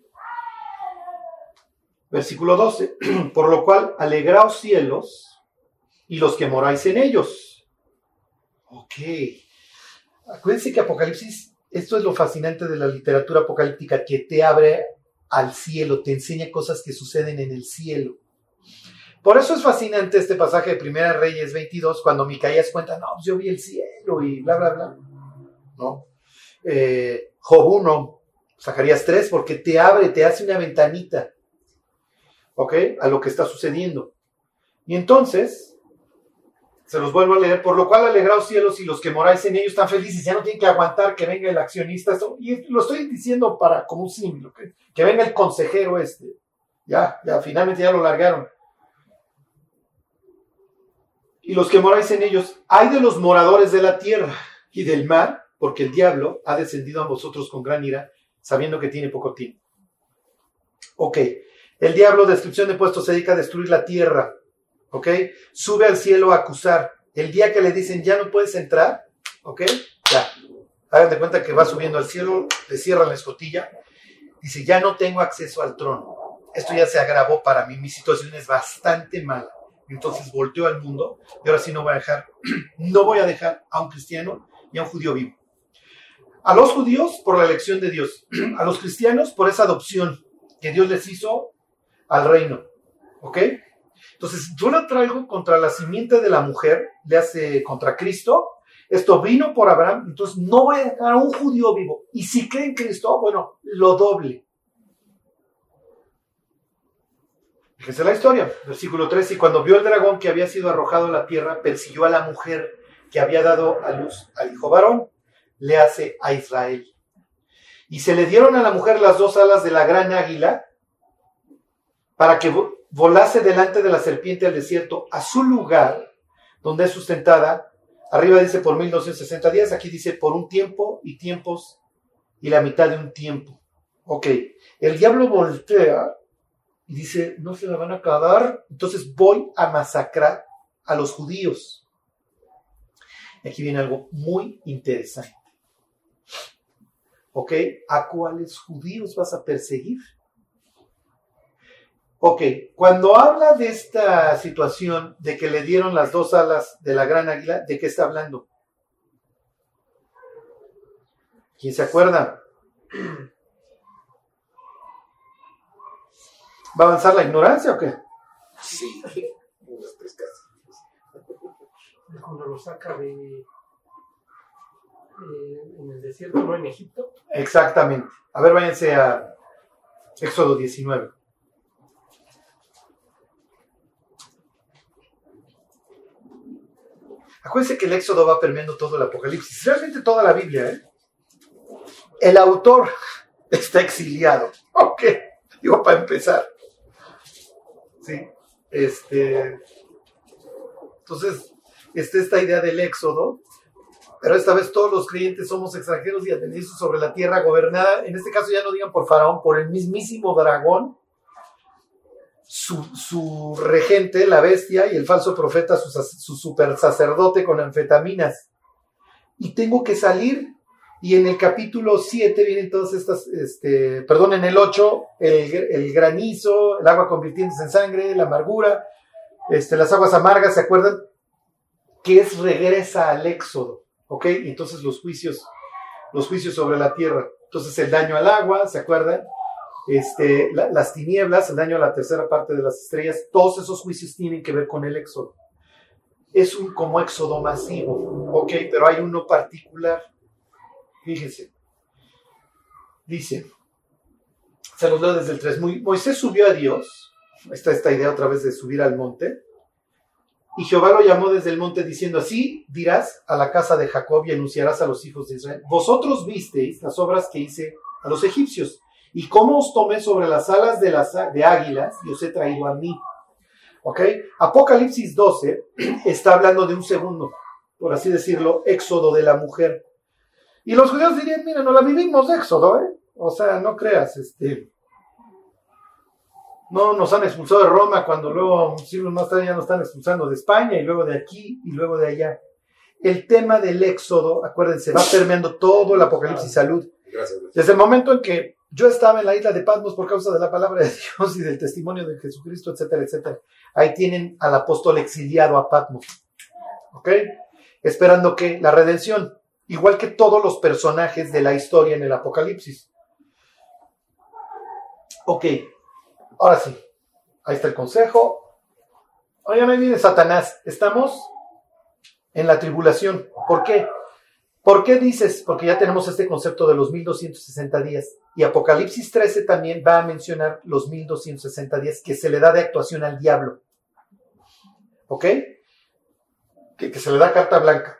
Versículo 12. Por lo cual, alegraos cielos y los que moráis en ellos. Ok. Acuérdense que Apocalipsis, esto es lo fascinante de la literatura apocalíptica, que te abre al cielo, te enseña cosas que suceden en el cielo. Por eso es fascinante este pasaje de Primera Reyes 22, cuando Micaías cuenta, no, pues yo vi el cielo y bla, bla, bla. ¿No? Job 1, Zacarías 3, porque te abre, te hace una ventanita, ¿ok? A lo que está sucediendo. Y entonces, se los vuelvo a leer, por lo cual alegraos cielos y los que moráis en ellos están felices, ya no tienen que aguantar que venga el accionista, y lo estoy diciendo para como un símbolo, ¿okay? Que venga el consejero ya, finalmente ya lo largaron. Y los que moráis en ellos, ay de los moradores de la tierra y del mar, porque el diablo ha descendido a vosotros con gran ira, sabiendo que tiene poco tiempo. Ok, el diablo, descripción de puesto, se dedica a destruir la tierra. ¿Ok? Sube al cielo a acusar. El día que le dicen, ya no puedes entrar, ¿ok? Ya. Hagan de cuenta que va subiendo al cielo, le cierran la escotilla. Dice, ya no tengo acceso al trono. Esto ya se agravó para mí. Mi situación es bastante mala. Entonces volteo al mundo y ahora sí no voy a dejar a un cristiano y a un judío vivo. A los judíos por la elección de Dios. A los cristianos por esa adopción que Dios les hizo al reino. ¿Ok? Entonces, yo lo traigo contra la simiente de la mujer, le hace contra Cristo. Esto vino por Abraham, entonces no voy a dejar a un judío vivo. Y si cree en Cristo, bueno, lo doble. Fíjense la historia, versículo 3. Y cuando vio el dragón que había sido arrojado a la tierra, persiguió a la mujer que había dado a luz al hijo varón, le hace a Israel. Y se le dieron a la mujer las dos alas de la gran águila para que volase delante de la serpiente al desierto, a su lugar, donde es sustentada. Arriba dice por 1260 días, aquí dice por un tiempo y tiempos y la mitad de un tiempo. Ok, el diablo voltea y dice, no se la van a acabar, entonces voy a masacrar a los judíos. Y aquí viene algo muy interesante. Ok, ¿a cuáles judíos vas a perseguir? Ok, cuando habla de esta situación de que le dieron las dos alas de la gran águila, ¿de qué está hablando? ¿Quién se acuerda? ¿Va a avanzar la ignorancia o qué? Sí, unas tres casas. Cuando lo saca en el desierto, ¿no? En Egipto. Exactamente. A ver, váyanse a Éxodo 19. Acuérdense que el Éxodo va permeando todo el Apocalipsis, realmente toda la Biblia, ¿eh? El autor está exiliado. Ok, digo para empezar. Sí, entonces, esta idea del Éxodo, pero esta vez todos los creyentes somos extranjeros y advenedizos sobre la tierra gobernada, en este caso ya no digan por Faraón, por el mismísimo dragón, su regente, la bestia, y el falso profeta, su super sacerdote con anfetaminas. Y tengo que salir, y en el capítulo 7 vienen todas estas, en el 8, el granizo, el agua convirtiéndose en sangre, la amargura, las aguas amargas, ¿se acuerdan? Que regresa al Éxodo, ¿ok? Y entonces los juicios sobre la tierra. Entonces el daño al agua, ¿se acuerdan? Las tinieblas, el daño a la tercera parte de las estrellas, todos esos juicios tienen que ver con el Éxodo. Es como éxodo masivo, ok, pero hay uno particular. Fíjense, dice, se los leo desde el 3, Moisés subió a Dios está esta idea otra vez de subir al monte. Y Jehová lo llamó desde el monte diciendo, así dirás a la casa de Jacob y anunciarás a los hijos de Israel. Vosotros visteis las obras que hice a los egipcios y cómo os tomé sobre las alas de águilas y os he traído a mí. ¿Ok? Apocalipsis 12 está hablando de un segundo, por así decirlo, éxodo de la mujer. Y los judíos dirían, mira, no la vivimos de éxodo, ¿eh? O sea, no creas, no nos han expulsado de Roma cuando luego, siglos más tarde, ya nos están expulsando de España y luego de aquí y luego de allá. El tema del éxodo, acuérdense, va permeando todo el Apocalipsis Salud. Gracias. Desde el momento en que yo estaba en la isla de Patmos por causa de la palabra de Dios y del testimonio de Jesucristo, etcétera, etcétera. Ahí tienen al apóstol exiliado a Patmos. ¿Ok? Esperando que la redención, igual que todos los personajes de la historia en el Apocalipsis. Ok. Ahora sí, ahí está el consejo. Oigan, ahí viene Satanás. Estamos en la tribulación. ¿Por qué? ¿Por qué dices? Porque ya tenemos este concepto de los 1260 días. Y Apocalipsis 13 también va a mencionar los 1260 días que se le da de actuación al diablo. ¿Ok? Que se le da carta blanca.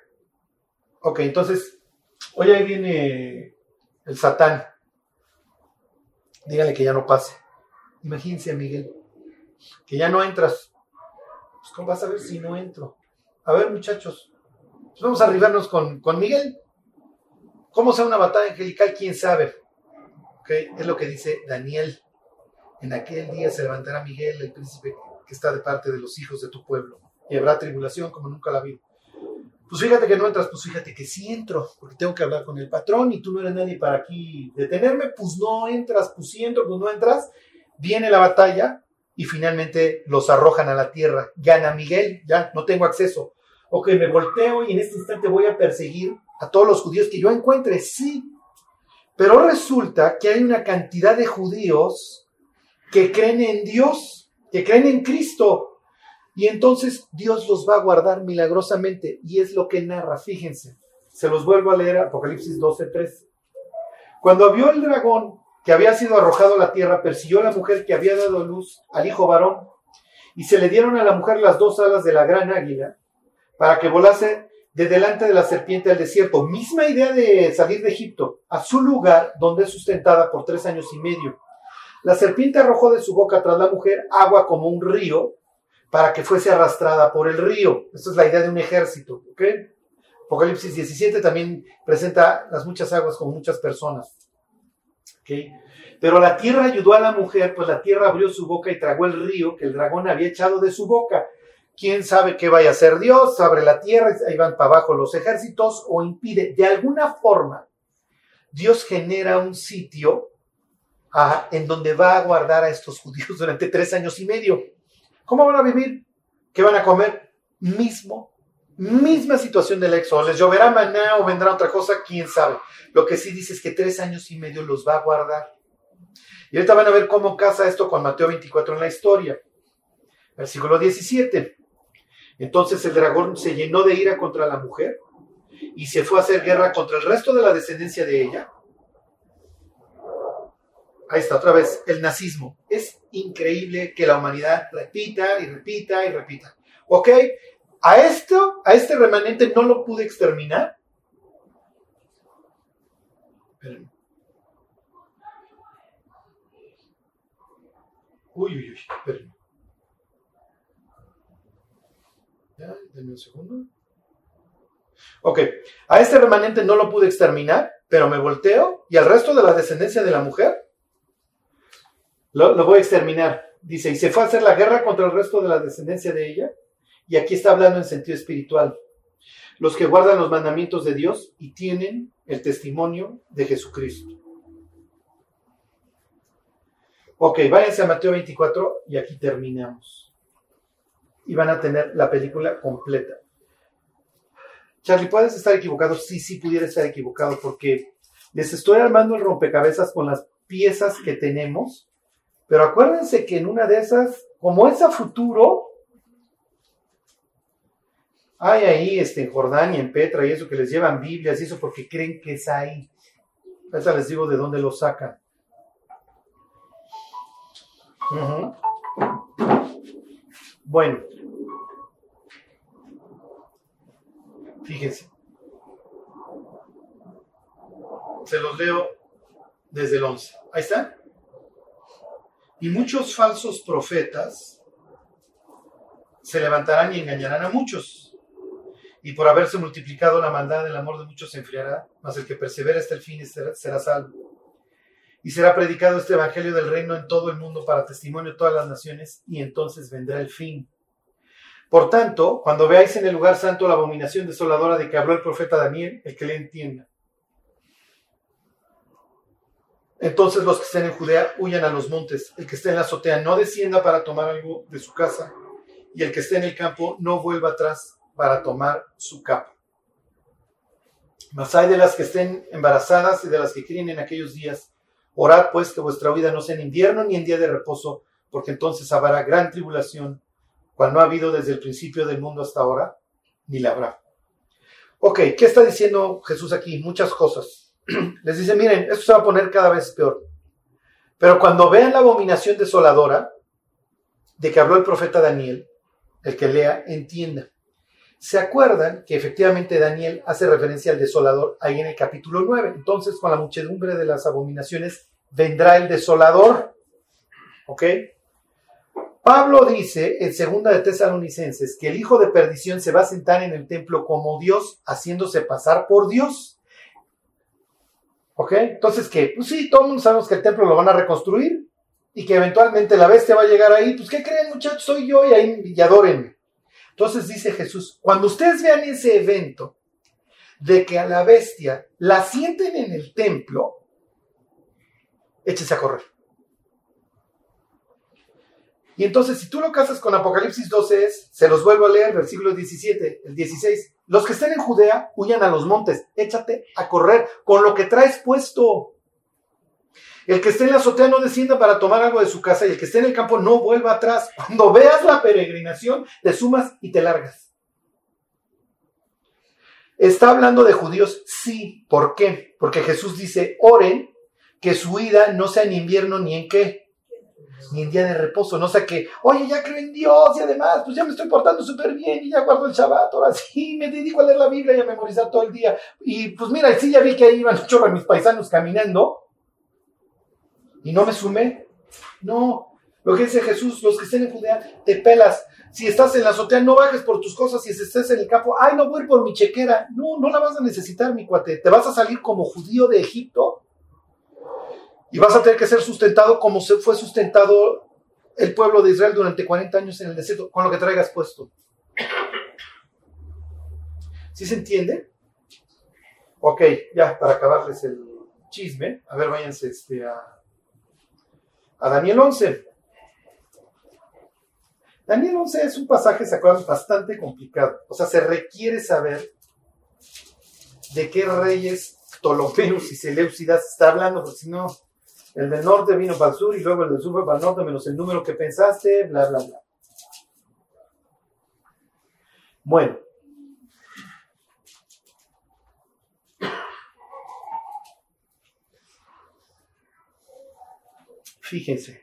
Ok, entonces, hoy ahí viene el Satán. Díganle que ya no pase. Imagínense a Miguel, que ya no entras. Pues ¿cómo vas a ver si no entro? A ver, muchachos, pues vamos a arribarnos con Miguel. ¿Cómo sea una batalla angelical? ¿Quién sabe? Okay. Es lo que dice Daniel. En aquel día se levantará Miguel, el príncipe que está de parte de los hijos de tu pueblo. Y habrá tribulación como nunca la vi. Pues fíjate que no entras, pues fíjate que sí entro, porque tengo que hablar con el patrón y tú no eres nadie para aquí detenerme. Pues no entras, pues sí entro, pues no entras. Viene la batalla y finalmente los arrojan a la tierra. Gana Miguel, ya no tengo acceso. Ok, me volteo y en este instante voy a perseguir a todos los judíos que yo encuentre, sí. Pero resulta que hay una cantidad de judíos que creen en Dios, que creen en Cristo. Y entonces Dios los va a guardar milagrosamente. Y es lo que narra, fíjense. Se los vuelvo a leer, Apocalipsis 12:3. Cuando vio el dragón que había sido arrojado a la tierra, persiguió a la mujer que había dado luz al hijo varón, y se le dieron a la mujer las dos alas de la gran águila, para que volase de delante de la serpiente al desierto. Misma idea de salir de Egipto, a su lugar donde es sustentada por 3 años y medio. La serpiente arrojó de su boca tras la mujer agua como un río, para que fuese arrastrada por el río. Esta es la idea de un ejército, ¿ok? Apocalipsis 17 también presenta las muchas aguas como muchas personas. ¿Okay? Pero la tierra ayudó a la mujer, pues la tierra abrió su boca y tragó el río que el dragón había echado de su boca. ¿Quién sabe qué vaya a hacer Dios? Abre la tierra, ahí van para abajo los ejércitos, o impide. De alguna forma, Dios genera un sitio en donde va a guardar a estos judíos durante 3 años y medio. ¿Cómo van a vivir? ¿Qué van a comer? Misma situación del éxodo. ¿Les lloverá maná o vendrá otra cosa? ¿Quién sabe? Lo que sí dice es que 3 años y medio los va a guardar. Y ahorita van a ver cómo casa esto con Mateo 24 en la historia. Versículo 17. Entonces el dragón se llenó de ira contra la mujer y se fue a hacer guerra contra el resto de la descendencia de ella. Ahí está, otra vez, el nazismo. Es increíble que la humanidad repita y repita y repita. ¿Ok? A este remanente no lo pude exterminar. Espérenme. Uy, espérenme. Ya, denme un segundo. Ok, a este remanente no lo pude exterminar, pero me volteo y al resto de la descendencia de la mujer lo voy a exterminar. Dice, y se fue a hacer la guerra contra el resto de la descendencia de ella. Y aquí está hablando en sentido espiritual. Los que guardan los mandamientos de Dios y tienen el testimonio de Jesucristo. Ok, váyanse a Mateo 24 y aquí terminamos. Y van a tener la película completa. Charlie, ¿puedes estar equivocado? Sí, pudiera estar equivocado porque les estoy armando el rompecabezas con las piezas que tenemos. Pero acuérdense que en una de esas, como es a futuro, hay ahí en Jordania, en Petra y eso, que les llevan Biblias y eso porque creen que es ahí. Ahorita les digo de dónde lo sacan. Bueno, fíjense. Se los leo desde el 11. Ahí está. Y muchos falsos profetas se levantarán y engañarán a muchos. Y por haberse multiplicado la maldad, el amor de muchos se enfriará, mas el que persevera hasta el fin será salvo. Y será predicado este evangelio del reino en todo el mundo para testimonio de todas las naciones, y entonces vendrá el fin. Por tanto, cuando veáis en el lugar santo la abominación desoladora de que habló el profeta Daniel, el que le entienda. Entonces los que estén en Judea huyan a los montes, el que esté en la azotea no descienda para tomar algo de su casa, y el que esté en el campo no vuelva atrás para tomar su capa. Mas hay de las que estén embarazadas y de las que críen en aquellos días. Orad pues que vuestra vida no sea en invierno ni en día de reposo, porque entonces habrá gran tribulación, cual no ha habido desde el principio del mundo hasta ahora, ni la habrá. Ok, ¿qué está diciendo Jesús aquí? Muchas cosas. Les dice, miren, esto se va a poner cada vez peor. Pero cuando vean la abominación desoladora de que habló el profeta Daniel, el que lea, entienda. ¿Se acuerdan que efectivamente Daniel hace referencia al desolador ahí en el capítulo 9? Entonces, con la muchedumbre de las abominaciones vendrá el desolador. ¿Ok? Pablo dice en 2 de Tesalonicenses que el hijo de perdición se va a sentar en el templo como Dios, haciéndose pasar por Dios. ¿Ok? Entonces, ¿qué? Pues sí, todo el mundo sabemos que el templo lo van a reconstruir y que eventualmente la bestia va a llegar ahí. Pues, ¿qué creen, muchachos? Soy yo y ahí y adórenme. Entonces dice Jesús, cuando ustedes vean ese evento de que a la bestia la sienten en el templo, échese a correr. Y entonces, si tú lo casas con Apocalipsis 12, se los vuelvo a leer, versículo 17, el 16. Los que estén en Judea, huyan a los montes, échate a correr con lo que traes puesto. El que esté en la azotea no descienda para tomar algo de su casa, y el que esté en el campo no vuelva atrás. Cuando veas la peregrinación, te sumas y te largas. ¿Está hablando de judíos? Sí. ¿Por qué? Porque Jesús dice, oren que su ida no sea en invierno ni en qué. Ni en día de reposo, no sea que, oye, ya creo en Dios y además, pues ya me estoy portando súper bien y ya guardo el Shabbat, ahora sí, me dedico a leer la Biblia y a memorizar todo el día. Y pues mira, sí, ya vi que ahí iban un chorro de mis paisanos caminando y no me sumé. No, lo que dice Jesús, los que estén en Judea, te pelas. Si estás en la azotea, no bajes por tus cosas. Si estés en el campo, ay, no voy por mi chequera. No, no la vas a necesitar, mi cuate. Te vas a salir como judío de Egipto. Y vas a tener que ser sustentado como se fue sustentado el pueblo de Israel durante 40 años en el desierto, con lo que traigas puesto. ¿Sí se entiende? Ok, ya, para acabarles el chisme, a ver, váyanse a Daniel 11. Daniel 11 es un pasaje, ¿se acuerdan? Bastante complicado. O sea, se requiere saber de qué reyes Ptolomeus y Seleucidas está hablando, porque si no... El del norte vino para el sur y luego el del sur fue para el norte, menos el número que pensaste, bla, bla, bla. Bueno. Fíjense.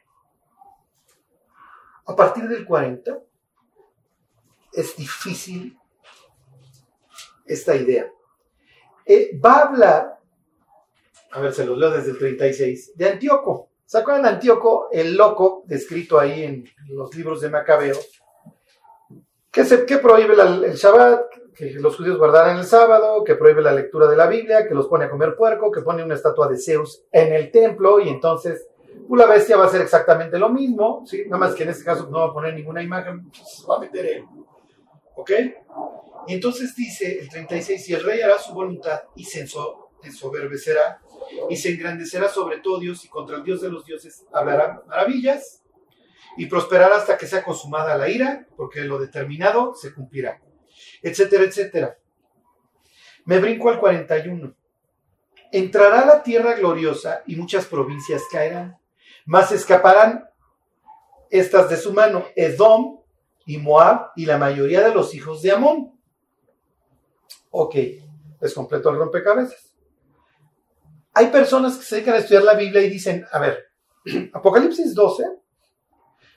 A partir del 40 es difícil esta idea. Va a hablar, a ver, se los leo desde el 36, de Antíoco. ¿Se acuerdan de Antíoco, el loco, descrito ahí en los libros de Macabeo? Que prohíbe el Shabbat, que los judíos guardaran el sábado, que prohíbe la lectura de la Biblia, que los pone a comer puerco, que pone una estatua de Zeus en el templo, y entonces la bestia va a hacer exactamente lo mismo, ¿sí? Nada más que en este caso no va a poner ninguna imagen, pues va a meter él. ¿Ok? Y entonces dice el 36, y el rey hará su voluntad y se ensoberbecerá y se engrandecerá sobre todo Dios, y contra el Dios de los dioses hablará maravillas y prosperará hasta que sea consumada la ira, porque lo determinado se cumplirá, etcétera, etcétera. Me brinco al 41. Entrará la tierra gloriosa y muchas provincias caerán, mas escaparán estas de su mano, Edom y Moab y la mayoría de los hijos de Amón. Ok, les completo el rompecabezas. Hay personas que se dedican a estudiar la Biblia y dicen, a ver, Apocalipsis 12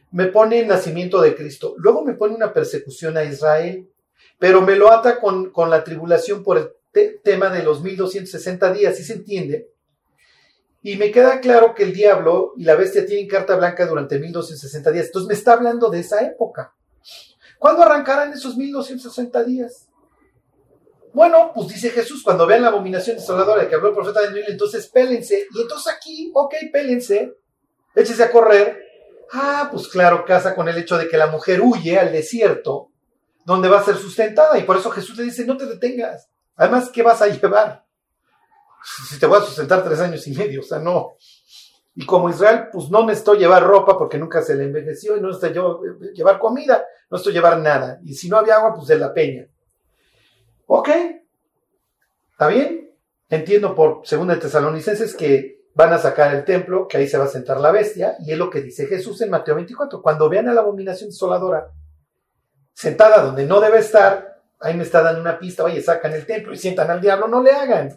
me pone el nacimiento de Cristo, luego me pone una persecución a Israel, pero me lo ata con la tribulación por el tema de los 1260 días, ¿sí se entiende? Y me queda claro que el diablo y la bestia tienen carta blanca durante 1260 días, entonces me está hablando de esa época. ¿Cuándo arrancarán esos 1260 días? Bueno, pues dice Jesús, cuando vean la abominación desoladora de que habló el profeta Daniel, entonces pélense. Y entonces aquí, ok, pélense, échese a correr. Pues claro, casa con el hecho de que la mujer huye al desierto, donde va a ser sustentada. Y por eso Jesús le dice, no te detengas. Además, ¿qué vas a llevar? Si te voy a sustentar 3 años y medio, o sea, no. Y como Israel, pues no necesito llevar ropa porque nunca se le envejeció, y no necesito llevar comida, no necesito llevar nada. Y si no había agua, pues de la peña. Ok, ¿está bien? Entiendo por 2 de Tesalonicenses que van a sacar el templo, que ahí se va a sentar la bestia, y es lo que dice Jesús en Mateo 24. Cuando vean a la abominación desoladora sentada donde no debe estar, ahí me está dando una pista, oye, sacan el templo y sientan al diablo, no le hagan.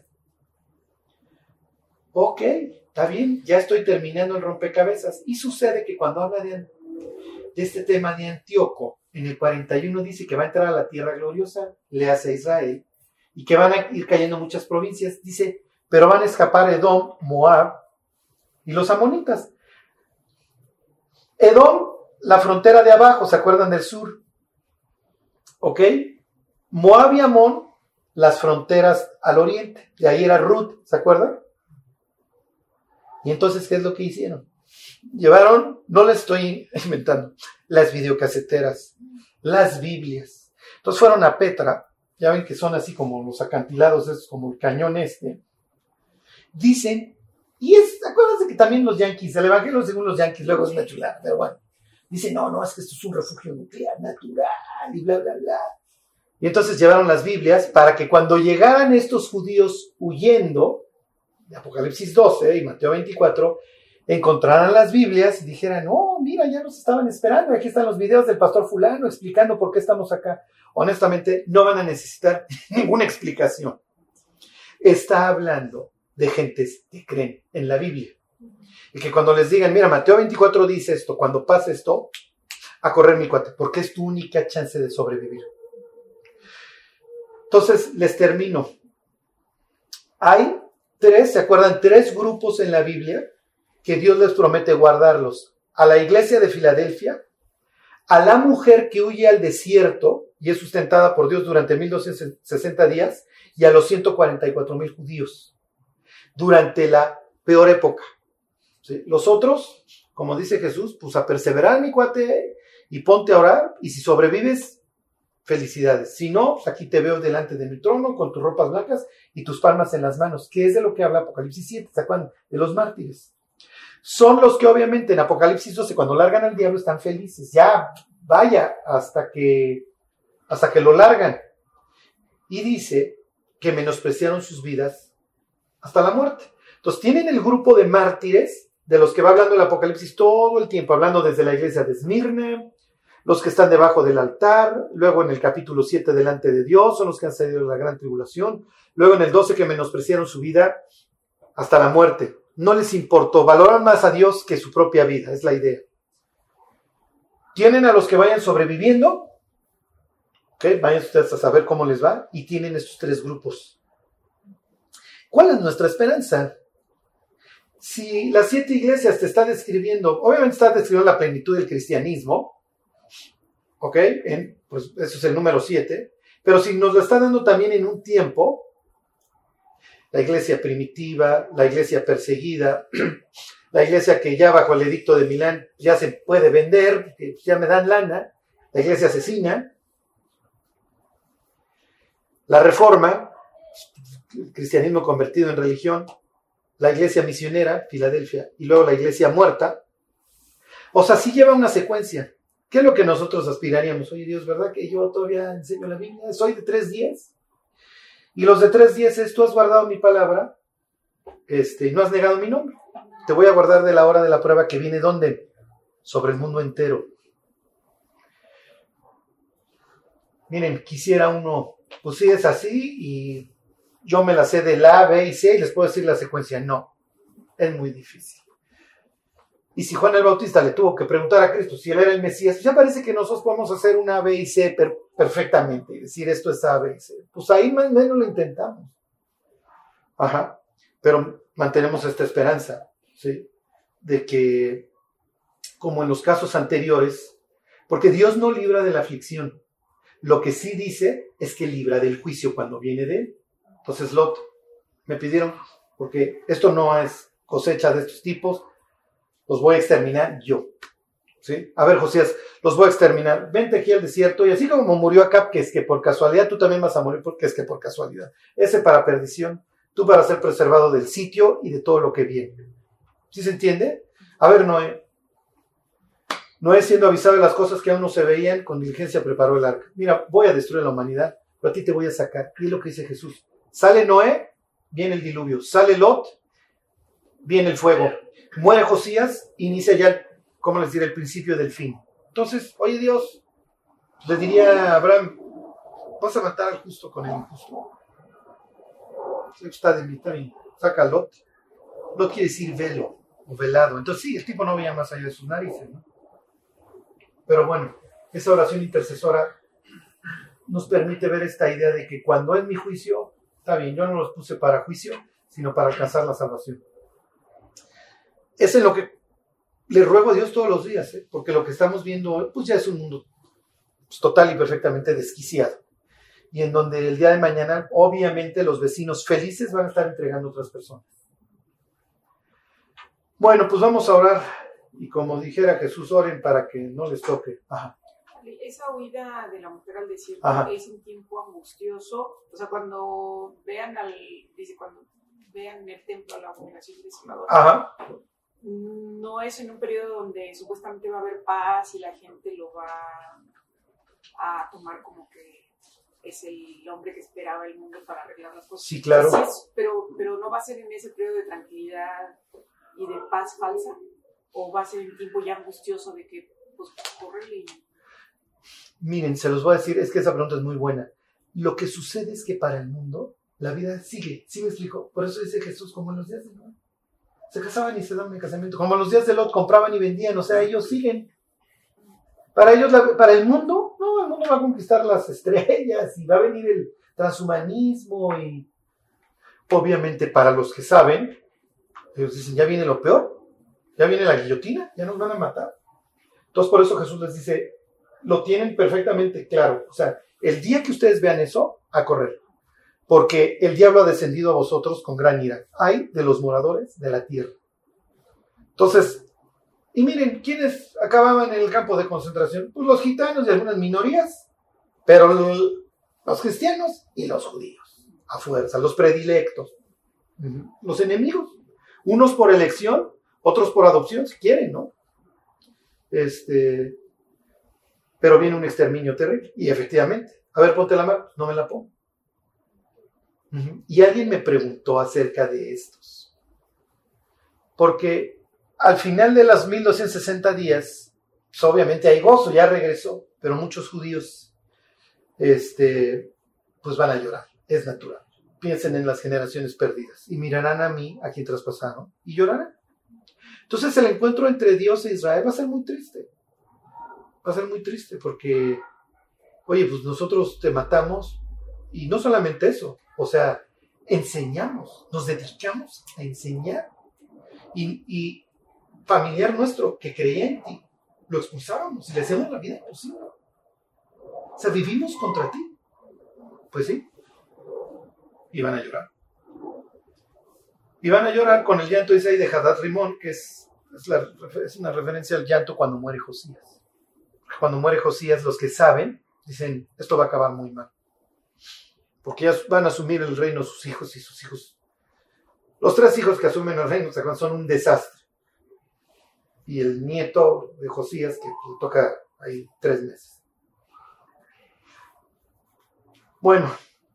Ok, está bien, ya estoy terminando el rompecabezas. Y sucede que cuando habla de este tema de Antíoco, en el 41 dice que va a entrar a la tierra gloriosa, le hace a Israel, y que van a ir cayendo muchas provincias. Dice, pero van a escapar Edom, Moab y los amonitas. Edom, la frontera de abajo, ¿se acuerdan del sur? ¿Ok? Moab y Amón, las fronteras al oriente. De ahí era Ruth, ¿se acuerdan? Y entonces, ¿qué es lo que hicieron? Llevaron, no les estoy inventando, las videocaseteras, las Biblias. Entonces fueron a Petra, ya ven que son así como los acantilados, es como el cañón este. Dicen, acuérdense que también los yanquis, el evangelio según los yanquis, luego es una chulada, pero bueno. Dicen, no, es que esto es un refugio nuclear natural y bla, bla, bla. Y entonces llevaron las Biblias para que cuando llegaran estos judíos huyendo, de Apocalipsis 12 y Mateo 24, encontraran las Biblias y dijeran, mira, ya nos estaban esperando, aquí están los videos del pastor fulano explicando por qué estamos acá. Honestamente, no van a necesitar ninguna explicación. Está hablando de gentes que creen en la Biblia. Y que cuando les digan, mira, Mateo 24 dice esto, cuando pase esto, a correr mi cuate, porque es tu única chance de sobrevivir. Entonces, les termino. Hay ¿se acuerdan? 3 grupos en la Biblia que Dios les promete guardarlos. A la iglesia de Filadelfia, a la mujer que huye al desierto y es sustentada por Dios durante 1260 días, y a los 144,000 judíos durante la peor época. ¿Sí? Los otros, como dice Jesús, pues a perseverar, mi cuate, y ponte a orar, y si sobrevives, felicidades. Si no, pues aquí te veo delante de mi trono con tus ropas blancas y tus palmas en las manos, que es de lo que habla Apocalipsis 7, ¿se acuerdan? De los mártires. Son los que obviamente en Apocalipsis 12, cuando largan al diablo, están felices. Ya, vaya, hasta que lo largan. Y dice que menospreciaron sus vidas hasta la muerte. Entonces tienen el grupo de mártires, de los que va hablando el Apocalipsis todo el tiempo, hablando desde la iglesia de Esmirna, los que están debajo del altar, luego en el capítulo 7 delante de Dios, son los que han salido de la gran tribulación, luego en el 12 que menospreciaron su vida hasta la muerte. No les importó, valoran más a Dios que su propia vida, es la idea. Tienen a los que vayan sobreviviendo, ¿okay? Vayan ustedes a saber cómo les va, y tienen estos 3 grupos. ¿Cuál es nuestra esperanza? Si las 7 iglesias te está describiendo, obviamente está describiendo la plenitud del cristianismo, ¿ok? Pues eso es el número 7. Pero si nos lo está dando también en un tiempo, la iglesia primitiva, la iglesia perseguida, la iglesia que ya bajo el edicto de Milán ya se puede vender, que ya me dan lana, la iglesia asesina, la reforma, el cristianismo convertido en religión, la iglesia misionera, Filadelfia, y luego la iglesia muerta. O sea, sí lleva una secuencia. ¿Qué es lo que nosotros aspiraríamos? Oye, Dios, ¿verdad que yo todavía enseño la Biblia? Soy de 3:10. Y los de 3:10 es, tú has guardado mi palabra, y no has negado mi nombre. Te voy a guardar de la hora de la prueba que viene, ¿dónde? Sobre el mundo entero. Miren, quisiera uno, pues sí es así, y yo me la sé del A, B y C, y les puedo decir la secuencia. No, es muy difícil. Y si Juan el Bautista le tuvo que preguntar a Cristo si él era el Mesías, ya parece que nosotros podemos hacer una A, B y C perfectamente y decir esto es A, B y C. Pues ahí más o menos lo intentamos. Ajá. Pero mantenemos esta esperanza, ¿sí? De que, como en los casos anteriores, porque Dios no libra de la aflicción. Lo que sí dice es que libra del juicio cuando viene de él. Entonces, Lot, me pidieron, porque esto no es cosecha de estos tipos, los voy a exterminar yo. ¿Sí? A ver, Josías, los voy a exterminar. Vente aquí al desierto y así como murió Acab, que es que por casualidad, tú también vas a morir porque es que por casualidad. Ese para perdición, tú para ser preservado del sitio y de todo lo que viene. ¿Sí se entiende? A ver, Noé. Noé, siendo avisado de las cosas que aún no se veían, con diligencia preparó el arca. Mira, voy a destruir la humanidad, pero a ti te voy a sacar. ¿Qué es lo que dice Jesús? Sale Noé, viene el diluvio. Sale Lot, viene el fuego. Muere Josías, inicia ya, ¿cómo les diré? El principio del fin. Entonces, oye Dios, le diría a Abraham, vas a matar al justo con el injusto. Está de mí, saca a Lot. Lot quiere decir velo o velado. Entonces sí, el tipo no veía más allá de sus narices, ¿no? Pero bueno, esa oración intercesora nos permite ver esta idea de que cuando es mi juicio, está bien, yo no los puse para juicio, sino para alcanzar la salvación. Es en lo que le ruego a Dios todos los días, porque lo que estamos viendo hoy, pues ya es un mundo pues, total y perfectamente desquiciado. Y en donde el día de mañana, obviamente, los vecinos felices van a estar entregando a otras personas. Bueno, pues vamos a orar. Y como dijera Jesús, oren para que no les toque. Ajá. Esa huida de la mujer al desierto Ajá. es un tiempo angustioso. O sea, cuando vean cuando vean el templo a la abominación desoladora. Ajá. No es en un periodo donde supuestamente va a haber paz y la gente lo va a tomar como que es el hombre que esperaba el mundo para arreglar las cosas. Sí, claro. Sí pero no va a ser en ese periodo de tranquilidad y de paz falsa, o va a ser un tiempo ya angustioso de que, pues, córrele y... Miren, se los voy a decir, es que esa pregunta es muy buena. Lo que sucede es que para el mundo, la vida sigue, ¿sí me explico? Por eso dice Jesús, como en los días de Noé. Se casaban y se daban en casamiento. Como en los días de Lot, compraban y vendían, o sea, ellos siguen. Para ellos, para el mundo, no, el mundo va a conquistar las estrellas y va a venir el transhumanismo y obviamente para los que saben, ellos dicen, ya viene lo peor, ya viene la guillotina, ya nos van a matar. Entonces por eso Jesús les dice, lo tienen perfectamente claro, o sea, el día que ustedes vean eso, a correr, porque el diablo ha descendido a vosotros con gran ira, ay de los moradores de la tierra. Entonces, y miren, ¿quiénes acababan en el campo de concentración? Pues los gitanos y algunas minorías, pero los cristianos y los judíos, a fuerza, los predilectos, los enemigos, unos por elección, otros por adopción, si quieren, ¿no? Pero viene un exterminio terrible, y efectivamente, a ver, ponte la mano, no me la pongo. Y alguien me preguntó acerca de estos, porque al final de los 1260 días, pues obviamente hay gozo, ya regresó, pero muchos judíos, pues van a llorar, es natural. Piensen en las generaciones perdidas, y mirarán a mí, a quien traspasaron, y llorarán. Entonces el encuentro entre Dios e Israel va a ser muy triste. Va a ser muy triste porque, oye, pues nosotros te matamos y no solamente eso, o sea, enseñamos, nos dedicamos a enseñar y familiar nuestro que creía en ti, lo expulsábamos y le hacíamos la vida imposible. O sea, vivimos contra ti. Pues sí. Y van a llorar. Y van a llorar con el llanto ese ahí de Hadad Rimón, que es una referencia al llanto cuando muere Josías. Cuando muere Josías, los que saben, dicen, esto va a acabar muy mal. Porque ya van a asumir el reino sus hijos y sus hijos. Los 3 hijos que asumen el reino son un desastre. Y el nieto de Josías, que le toca ahí 3 meses. Bueno,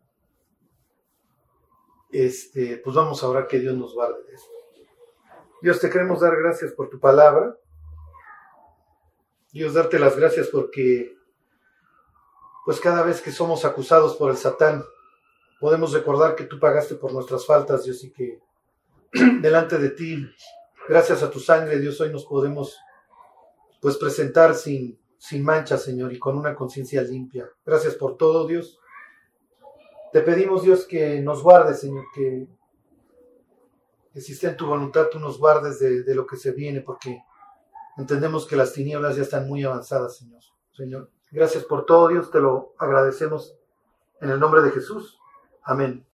pues vamos a orar que Dios nos guarde de esto. Dios, te queremos dar gracias por tu palabra. Dios, darte las gracias porque pues cada vez que somos acusados por el Satán, podemos recordar que tú pagaste por nuestras faltas, Dios, y que delante de ti Gracias a tu sangre, Dios, hoy nos podemos pues presentar sin mancha, Señor, y con una conciencia limpia. Gracias por todo, Dios. Te pedimos, Dios, que nos guardes, Señor, que si está en tu voluntad, tú nos guardes de lo que se viene, porque entendemos que las tinieblas ya están muy avanzadas, Señor. Señor, gracias por todo, Dios, te lo agradecemos en el nombre de Jesús. Amén.